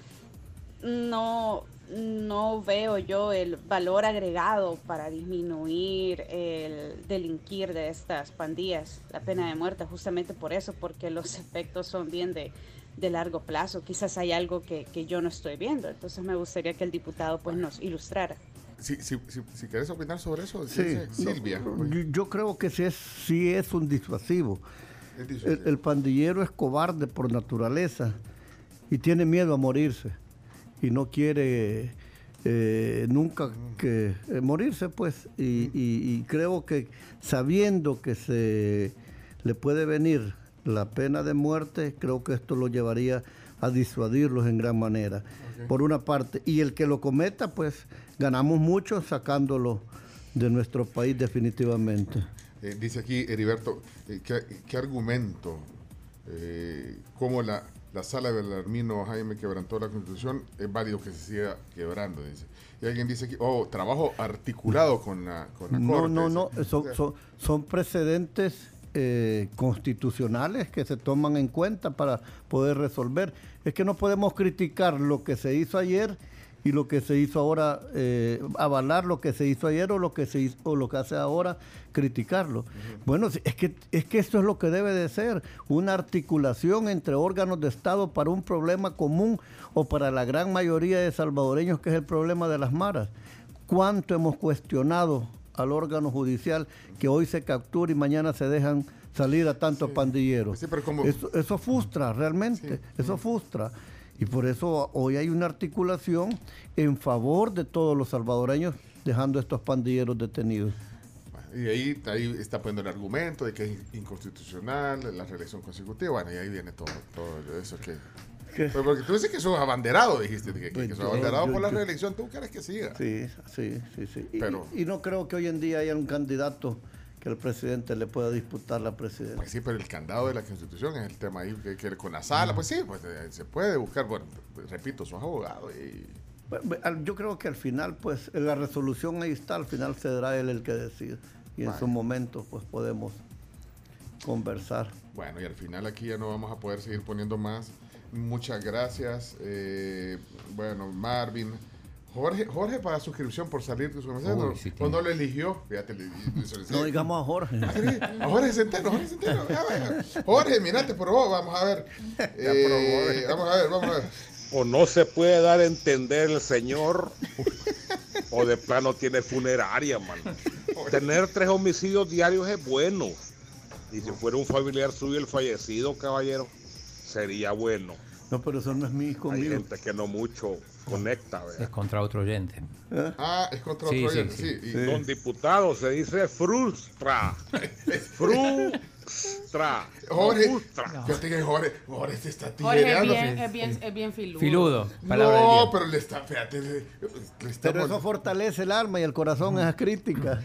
no, no veo yo el valor agregado para disminuir el delinquir de estas pandillas, la pena de muerte, justamente por eso, porque los efectos son bien de, de largo plazo. Quizás hay algo que, que yo no estoy viendo, entonces me gustaría que el diputado pues nos ilustrara. Si, si, si, si quieres opinar sobre eso, Sí, dice Silvia. no, yo, yo creo que sí es, sí es un disuasivo. Es disuasivo. El, el pandillero es cobarde por naturaleza y tiene miedo a morirse y no quiere eh, nunca que eh, morirse, pues. Y, y- y creo que sabiendo que se le puede venir la pena de muerte, creo que esto lo llevaría a disuadirlos en gran manera, Ok. por una parte. Y el que lo cometa, pues ganamos mucho sacándolo de nuestro país definitivamente. Eh, dice aquí Heriberto, eh, ¿qué, qué argumento? Eh, ¿Cómo la la sala de Belarmino Jaime quebrantó la Constitución, es válido que se siga quebrando, dice. Y alguien dice que, oh, trabajo articulado con la, con la no, Corte. No, no, dice. son, son, son precedentes eh, constitucionales que se toman en cuenta para poder resolver. Es que no podemos criticar lo que se hizo ayer y lo que se hizo ahora, eh, avalar lo que se hizo ayer o lo que se hizo, o lo que hace ahora, criticarlo. Uh-huh. Bueno, es que, es que esto es lo que debe de ser, una articulación entre órganos de Estado para un problema común o para la gran mayoría de salvadoreños, que es el problema de las maras. ¿Cuánto hemos cuestionado al órgano judicial que hoy se captura y mañana se dejan salir a tantos sí. pandilleros? Sí, pero como... eso, eso frustra realmente, sí. eso frustra. Y por eso hoy hay una articulación en favor de todos los salvadoreños, dejando a estos pandilleros detenidos. Y ahí, ahí está poniendo el argumento de que es inconstitucional la reelección consecutiva. Bueno, y ahí viene todo, todo eso que... Pero porque tú dices que sos abanderado, dijiste, que, que, que sos abanderado yo, por la reelección, ¿tú quieres que siga? Sí, sí, sí. sí. Pero, y, y no creo que hoy en día haya un candidato que el presidente le pueda disputar la presidencia. Pues sí, pero el candado de la Constitución es el tema ahí, que, que con la sala, pues sí, pues eh, se puede buscar, bueno, repito, sos abogado y... Yo creo que al final, pues, la resolución ahí está, al final será él el que decide. Y bueno, en su momento, pues, podemos conversar. Bueno, y al final aquí ya no vamos a poder seguir poniendo más. Muchas gracias. Eh, bueno, Marvin... Jorge, Jorge paga suscripción por salir de su mensaje, no, sí, o no lo eligió, fíjate. Le, le, le, no digamos a Jorge. A Jorge Centeno, Jorge Centeno. Jorge, mirate, por favor, vamos a ver. Eh, vamos a ver, vamos a ver. O no se puede dar a entender el señor, o de plano tiene funeraria, man. Tener tres homicidios diarios es bueno. Y si fuera un familiar suyo el fallecido, caballero, sería bueno. No, pero eso no es mi conmigo. Hay gente que no mucho conecta, ¿verdad? Es contra otro oyente. ¿Eh? Ah, es contra sí, otro sí, oyente, sí. sí. sí. Y don diputado se dice frustra. Frustra. Jorge, frustra. Yo te digo, Jorge, Jorge se está Jorge es tireando. bien, es bien, es bien filudo. Filudo. No, pero le está, fíjate. Le, le está pero eso fortalece el alma y el corazón a esas críticas.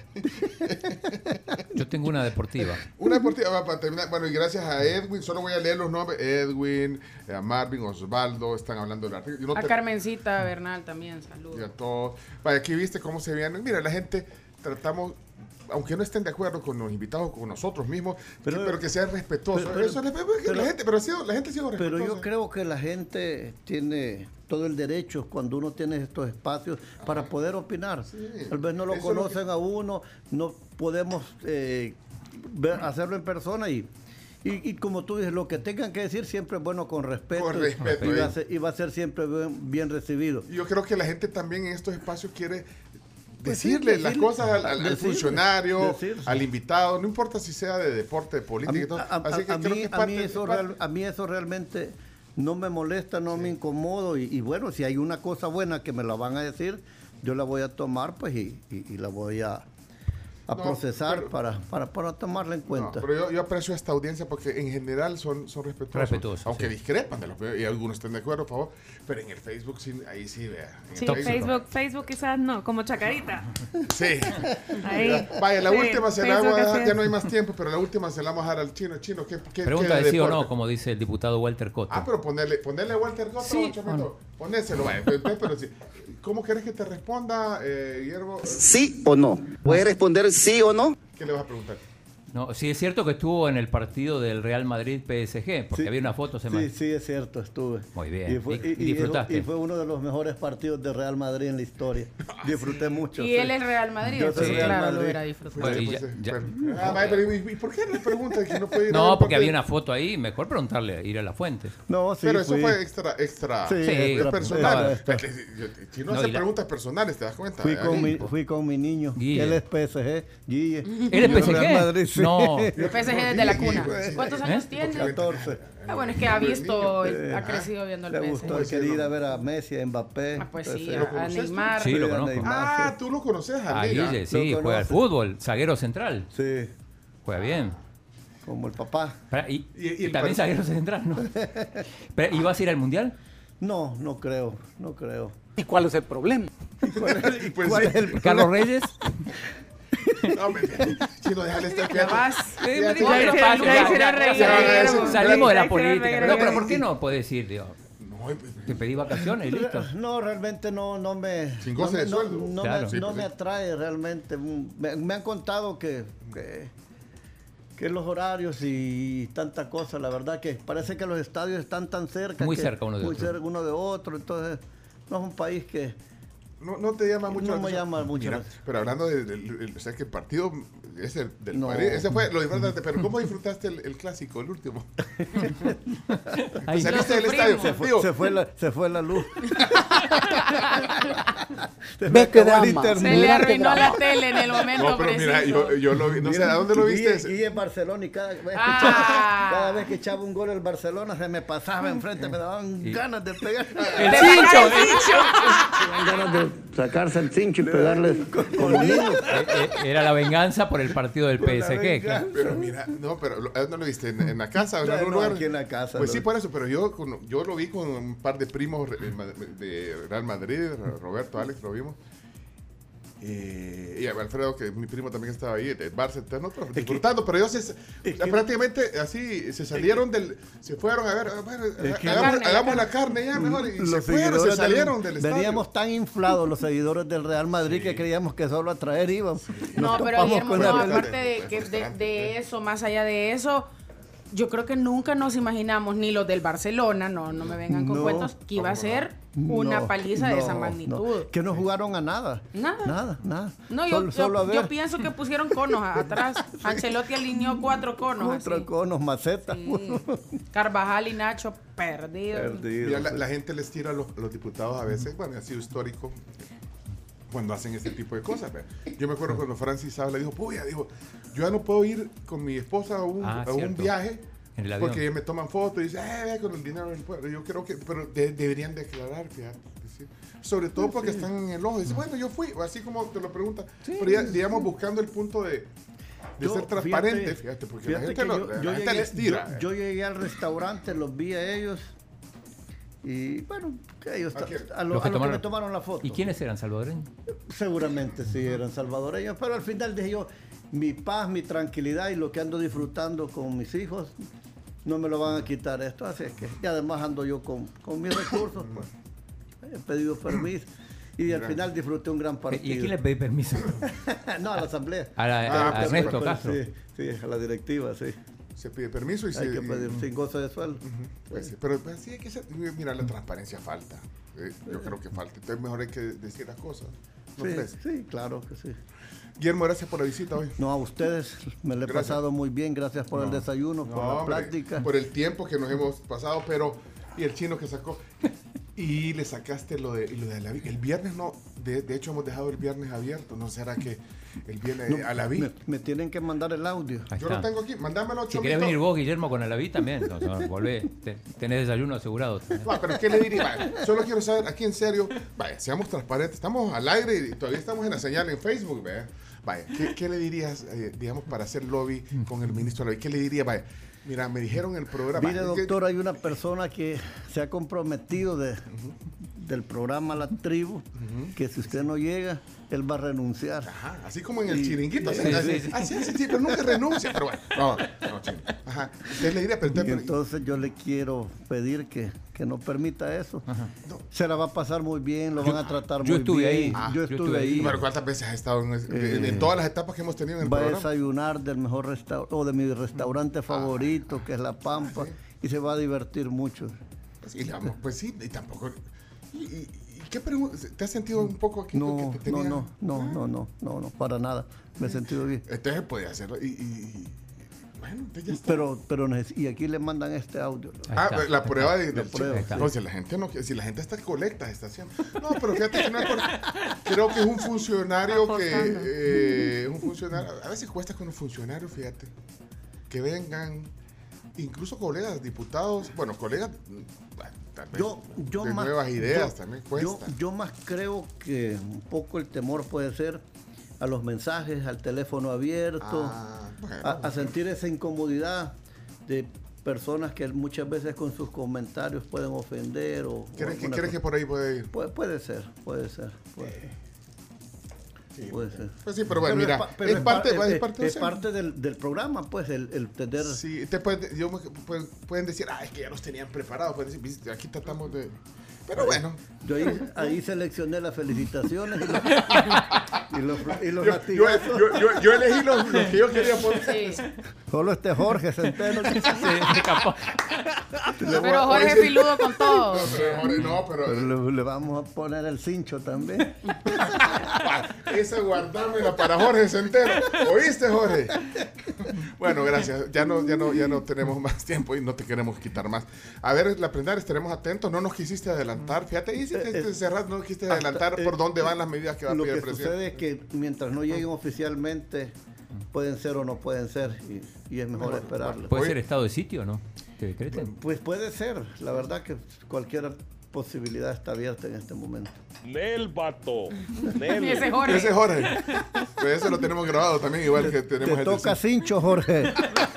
Yo tengo una deportiva. Una deportiva, va, para terminar. Bueno, y gracias a Edwin, solo voy a leer los nombres. Edwin, a Marvin, Osvaldo, están hablando del artículo. No a te... Carmencita Bernal también, saludos. Y a todos. Vaya, aquí viste cómo se veían. Mira, la gente tratamos, aunque no estén de acuerdo con los invitados, con nosotros mismos, pero que, pero que sean respetuosos. Pero, pero, Eso, pero, la gente, pero ha sido, la gente ha sido respetuosa. Pero yo creo que la gente tiene todo el derecho, cuando uno tiene estos espacios, Ajá. para poder opinar. Sí, Tal vez no lo conocen lo que... a uno, no podemos eh, ver, hacerlo en persona y... Y, y como tú dices, lo que tengan que decir siempre es bueno con respeto, con respeto y, va a ser, y va a ser siempre bien, bien recibido. Yo creo que la gente también en estos espacios quiere decirle, pues sí, decirle las cosas al, al, decirle, al funcionario, decirle. al invitado, no importa si sea de deporte, de política y todo. A, a, Así que a, creo mí, que a, mí eso real, a mí eso realmente no me molesta, no sí. me incomodo y, y bueno, si hay una cosa buena que me la van a decir, yo la voy a tomar pues y, y, y la voy a... a no, procesar pero, para, para, para tomarla en cuenta. No, pero yo, yo aprecio esta audiencia porque en general son, son respetuosos, respetuosos aunque sí. discrepan de los y algunos estén de acuerdo, por favor, pero en el Facebook sí, ahí sí vea. Sí, Facebook, Facebook, no. Facebook quizás no, como Chacarita. Sí. Ahí. Vaya, la sí, última se la vamos a dejar, ya no hay más tiempo, pero la última se la vamos a dejar al chino. Chino, ¿qué, qué Pregunta qué de sí o no, como dice el diputado Walter Cotto. Ah, pero ponerle, ponerle a Walter Cotto, sí, bueno. Ponéselo, vaya, pero, pero sí. ¿Cómo querés que te responda, eh, Guillermo? ¿Sí o no? ¿Puede responder sí o no? ¿Qué le vas a preguntar? No, sí es cierto que estuvo en el partido del Real Madrid P S G, porque sí, había una foto. Se sí, me... sí, es cierto, estuve. Muy bien. Y, fue, y, y disfrutaste. Y fue uno de los mejores partidos de Real Madrid en la historia. Disfruté mucho. Y sí. él es Real Madrid, Yo entonces sí, claro, Madrid. lo hubiera disfrutado. Bueno, sí, y ya, pues, ya. Pero, ah, vaya, pero, ¿y por qué no le preguntas que no puede ir No, a porque había una foto ahí, mejor preguntarle, ir a la fuente. No, sí, pero eso fui. fue extra, extra, sí, sí, extra personal. Extra. Si no, no hace preguntas la... personales, ¿te das cuenta? Fui con, mi, fui con mi niño, Guille. Él es P S G, Guille. ¿Él es P S G? Madrid, sí. No. P S G desde la cuna. ¿Cuántos años ¿Eh? tiene? catorce. Ah, bueno, es que ha visto, eh, ha crecido viendo el P S G. Le gustó, gustó, quería ir a ver a Messi, a Mbappé. Ah, pues sí, a, a Neymar. Sí, lo conozco. Ah, tú lo conoces a ah, Guille, sí, juega al fútbol, zaguero central. Sí. Juega bien. Como el papá. Pero, y, y, y, y también zaguero central, ¿no? Pero, ¿y vas a ir al Mundial? No, no creo, no creo. ¿Y cuál es el problema? ¿Y cuál es, y cuál es el ¿Carlos Reyes? No, me Chino, déjale estar Ya vas. Eh, Ya me digo, te- pero ya- fácil, ya ya- hicieron ya- reír, ya- ya- Guillermo. Salimos de Ya la hicieron política. reír, No, pero Guillermo. ¿por qué no puedes decir, digo? Te pedí vacaciones y listo. No, realmente no, no me. Sin no, goce de me- sueldo. no, no Claro. me, Sí, no pues me sí. atrae realmente. Me, me han contado que, que, que los horarios y tanta cosa, la verdad que parece que los estadios están tan cerca. Muy que- cerca uno de muy otro. cerca uno de otro. Entonces, no es un país que. No, no te llama mucho No la me atención. llama mucho Mira, la atención. pero hablando de, de- de- o sea, que el partido ese del No. Madrid, ese fue, lo disfrutaste, pero ¿cómo disfrutaste el, el clásico, el último? Ahí. Saliste Lo del estadio. sufrimos. Se fue, Digo, se fue la, se fue la luz. Se me Ve qué acabó el drama. internet. Se le Mira qué arruinó la drama. tele en el momento no, pero preciso. mira, yo, yo lo vi, no sé, Mira, ¿a dónde lo y- viste? Y, en Barcelona, y cada vez, que Ah. echaba, cada vez que echaba un gol el Barcelona se me pasaba enfrente, me daban Y- ganas de pegar. El cincho. Me daban ganas de sacarse el cincho y pegarles como niños. Eh, eh, Era la venganza por el partido del P S G. Claro. Pero mira, no, pero ¿a dónde lo viste? ¿En, en la casa? ¿En No, algún no, lugar? aquí en la casa, Pues lo sí, vi. por eso, pero yo, con- yo lo vi con un par de primos re- de Real Madrid, Roberto, Alex, lo vimos. Eh, y Alfredo, que mi primo también estaba ahí, el Barça eterno, pero disfrutando, pero ellos se- es que- prácticamente así se salieron del, se fueron a ver, ah, bueno, Es que- hagamos, Carne, hagamos la la carne ya mejor, y se Los fueron, se seguidores salieron del estadio. Veníamos tan inflados los seguidores del Real Madrid que creíamos que solo a traer íbamos. No, Nos pero topamos Guillermo, con no, la pelota. aparte de, que de, de eso, más allá de eso, yo creo que nunca nos imaginamos, ni los del Barcelona, no, no me vengan con No. cuentos, que iba a ser una No, paliza de no, esa no. magnitud. Que no jugaron a nada. Nada. Nada, nada. No, yo, Solo- yo- solo a yo ver. pienso que pusieron conos a- atrás. Ancelotti alineó cuatro conos. Cuatro así. conos, macetas. Sí. Carvajal y Nacho perdidos. Perdidos. Mira, la, la gente les tira a los, los diputados a veces, bueno, ha sido histórico cuando hacen este tipo de cosas. ¿ve? Yo me acuerdo cuando Francis habla, dijo, puya, dijo, yo ya no puedo ir con mi esposa a un, Ah, a un cierto. viaje En el avión. porque me toman fotos y dicen, eh, ve con el dinero del pueblo. Yo creo que, pero de- deberían declarar, fíjate. decir, sobre todo porque están en el ojo. Dice, bueno, yo fui, así como te lo preguntan, pero ya, digamos, buscando el punto de, de Yo, ser transparente, fíjate, fíjate, porque fíjate la gente, que lo- yo, la yo gente llegué, les tira. yo- yo llegué al restaurante, los vi a ellos y bueno, que ellos, ¿A quién? a, lo- Los que a los que tomaron- me tomaron la foto. ¿Y quiénes eran salvadoreños? Seguramente sí eran salvadoreños, pero al final dije yo, mi paz, mi tranquilidad y lo que ando disfrutando con mis hijos, no me lo van a quitar esto, así es que, y además ando yo con, con mis recursos, pues, he pedido permiso y al final disfruté un gran partido. ¿Y a quién le pedí permiso? No, a la asamblea. A, la- Ah, a pues, Ernesto pues, Castro. Sí, sí, a la directiva, sí. Se pide permiso y Hay se... que pedir y- sin goce de sueldo. Pues sí, pero pues, sí hay que ser, mira, la transparencia falta. eh, yo creo que falta. Entonces mejor hay que decir las cosas. ¿No Sí, crees? sí, claro que sí. Guillermo, gracias por la visita hoy. No, a ustedes me lo he Gracias. pasado muy bien, gracias por el No, desayuno, por No, la hombre, plática. por el tiempo que nos hemos pasado, pero y el chino que sacó. Y le sacaste lo de, y lo de la, el viernes no, de, de hecho hemos dejado el viernes abierto, ¿no será que el viernes No, a la vi? me, me tienen que mandar el audio. Ahí Yo está. lo tengo aquí, mándamelo, Si Chomito. querés venir vos, Guillermo, con Alaví también, entonces, no, volvé. Te- tenés desayuno asegurado. Va, pero ¿qué le diría? Vaya, solo quiero saber, aquí en serio, vaya, seamos transparentes, estamos al aire y todavía estamos en la señal en Facebook, vaya. Vaya, ¿qué, qué le dirías, eh, digamos, para hacer lobby con el ministro Alaví? ¿Qué le diría? Vaya, mira, me dijeron el programa. Mire, es que- doctor, hay una persona que se ha comprometido de, del programa La Tribu, que si usted no llega, él va a renunciar. Ajá, así como en el Y- chiringuito. Sí, así, sí, así, sí. así, así, sí, pero nunca renuncia. Pero bueno, no, no, chino. Ajá. Usted le diría, pero Y usted- entonces yo le quiero pedir que, que no permita eso. Se la va a pasar muy bien, lo Yo- van a tratar yo muy estuve bien. ahí. Ah, yo yo estuve estuve ahí. Bueno, ¿cuántas veces has estado en, es- en- en Eh, todas las etapas que hemos tenido en el Va a programa? desayunar del mejor restaurante, o de mi restaurante favorito, que es La Pampa, y se va a divertir mucho. Pues, y, vamos, pues sí, y tampoco. ¿Y, y- y qué pregunta? ¿Te has sentido un poco aquí? No, que te no, tenía? no, no, no, no, no, no, para nada. Me he sentido bien. Entonces puede hacerlo. Y, y- y- bueno, entonces ya está. Pero, pero neces- y aquí le mandan este audio. ¿no? Ah, está. la prueba de, La del prueba, chico. sí. No, si la gente no, si la gente está colecta, está haciendo. No, pero fíjate que no es por- creo que es un funcionario que Apostando. eh, un funcionario, a veces cuesta con los funcionarios, fíjate, que vengan, incluso colegas, diputados, bueno, colegas, bueno, tal vez Yo, yo de más, nuevas ideas yo- también yo, cuesta. yo más creo que un poco el temor puede ser a los mensajes, al teléfono abierto, Ah, bueno. a, a sentir esa incomodidad de personas que muchas veces con sus comentarios pueden ofender o... ¿Crees o que, alguna crees que cosa. por ahí puede ir? Puede, puede ser, puede ser. puede ser. Sí, puede ser. Pues sí, pero bueno, mira, es, pa- pero es es parte, par- es es- parte, es parte del, del programa, pues, el, el tener... Sí, te pueden, yo, me- pueden, pueden decir, ah, es que ya los tenían preparados. Pueden decir, "Viste, aquí tratamos de... Pero bueno. Yo ahí, ahí seleccioné las felicitaciones y los, y los, y los Yo, yo, latigazos. yo, yo, yo elegí los, los que yo quería poner. Sí. Solo este Jorge Centeno. que- Le voy a- Pero Jorge es filudo con todo. No, pero, Jorge, no, pero... Pero le, le vamos a poner el cincho también. Esa guardármela para Jorge Centeno. ¿Oíste, Jorge? Bueno, gracias. Ya no, ya no, ya no tenemos más tiempo y no te queremos quitar más. A ver, la prenda, estaremos atentos. No nos quisiste adelantar. Fíjate, y si te, te cerras, no quisiste adelantar por dónde van las medidas que va a Lo pedir que el presidente. sucede es que mientras no lleguen oficialmente, pueden ser o no pueden ser, y, y es mejor esperarlo. ¿Puede ser estado de sitio o no? ¿Que decreten? Pues puede ser, la verdad que cualquier posibilidad está abierta en este momento. Nel, vato. Y ese Jorge. Ese Jorge. Pues ese lo tenemos grabado también, igual que tenemos Te el toca de- cincho, Jorge.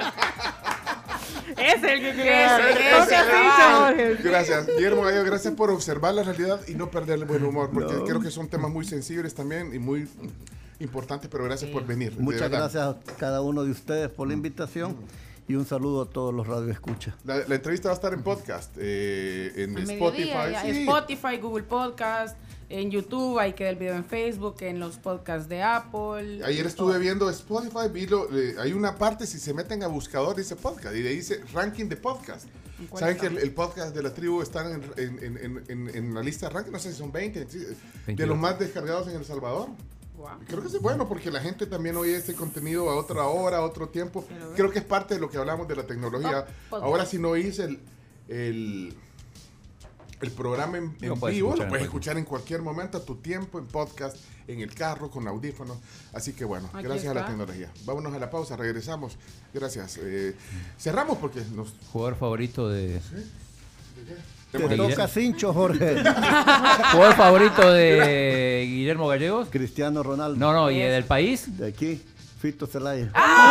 Es el que Ese, quiere. ese, Toca ese. cincho, Jorge. Gracias, Guillermo Gallegos, gracias por observar la realidad y no perder el buen humor, porque No. creo que son temas muy sensibles también y muy importantes, pero gracias por venir. de Muchas verdad. gracias a cada uno de ustedes por la invitación y un saludo a todos los radioescuchas. La, la entrevista va a estar en podcast, eh, en Al Spotify. mediodía, ya. sí. Spotify, Google Podcast, en YouTube, ahí queda el video en Facebook, en los podcasts de Apple. Ayer estuve viendo Spotify, vi lo- eh, hay una parte, si se meten a buscador, dice podcast, y de ahí dice ranking de podcast. cuál ¿Saben está? que el, el podcast de la tribu están en, en, en, en, en la lista de ranking? No sé si son veinte, sí, de veintidós. los más descargados en El Salvador. Wow. Creo que es bueno porque la gente también oye este contenido a otra hora, a otro tiempo. Creo que es parte de lo que hablamos de la tecnología. Oh, podcast. Ahora si no oís el, el, el programa en, en Lo puedes vivo, escuchar lo en puedes cualquier- escuchar en cualquier momento, a tu tiempo, en podcast, en el carro, con audífonos. Así que bueno, Aquí gracias a la está. tecnología. Vámonos a la pausa, regresamos. Gracias. Eh, cerramos porque nos... Jugador favorito de... Te tenemos el- toca cincho, Jorge. ¿Jugador favorito de Guillermo Gallegos? Cristiano Ronaldo. No, no, ¿y del país? De aquí, Fito Zelaya.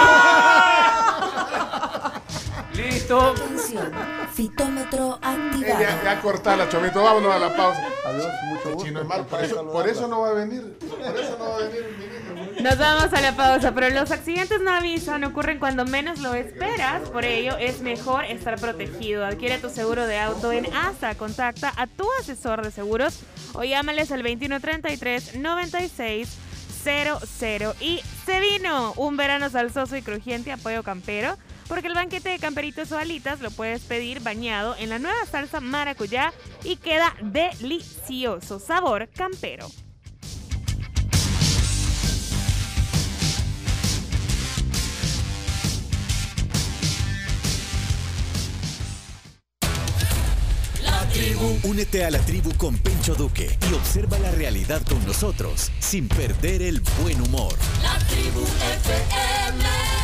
Listo. Atención, fitómetro Eh, activado. ya, ya cortala, Chomito, vámonos a la pausa. Adiós, mucho gusto. Chino es mal, por eso, por eso no va a venir. Por eso no va a venir el ministro. Nos vamos a la pausa, pero los accidentes no avisan, ocurren cuando menos lo esperas, por ello es mejor estar protegido. Adquiere tu seguro de auto en A S A, contacta a tu asesor de seguros o llámales al veintiuno treinta y tres noventa y seis cero cero. Y se vino un verano salsoso y crujiente a Pollo Campero, porque el banquete de camperitos o alitas lo puedes pedir bañado en la nueva salsa maracuyá y queda delicioso, sabor campero. Únete a la tribu con Pencho Duque y observa la realidad con nosotros sin perder el buen humor. La tribu F M.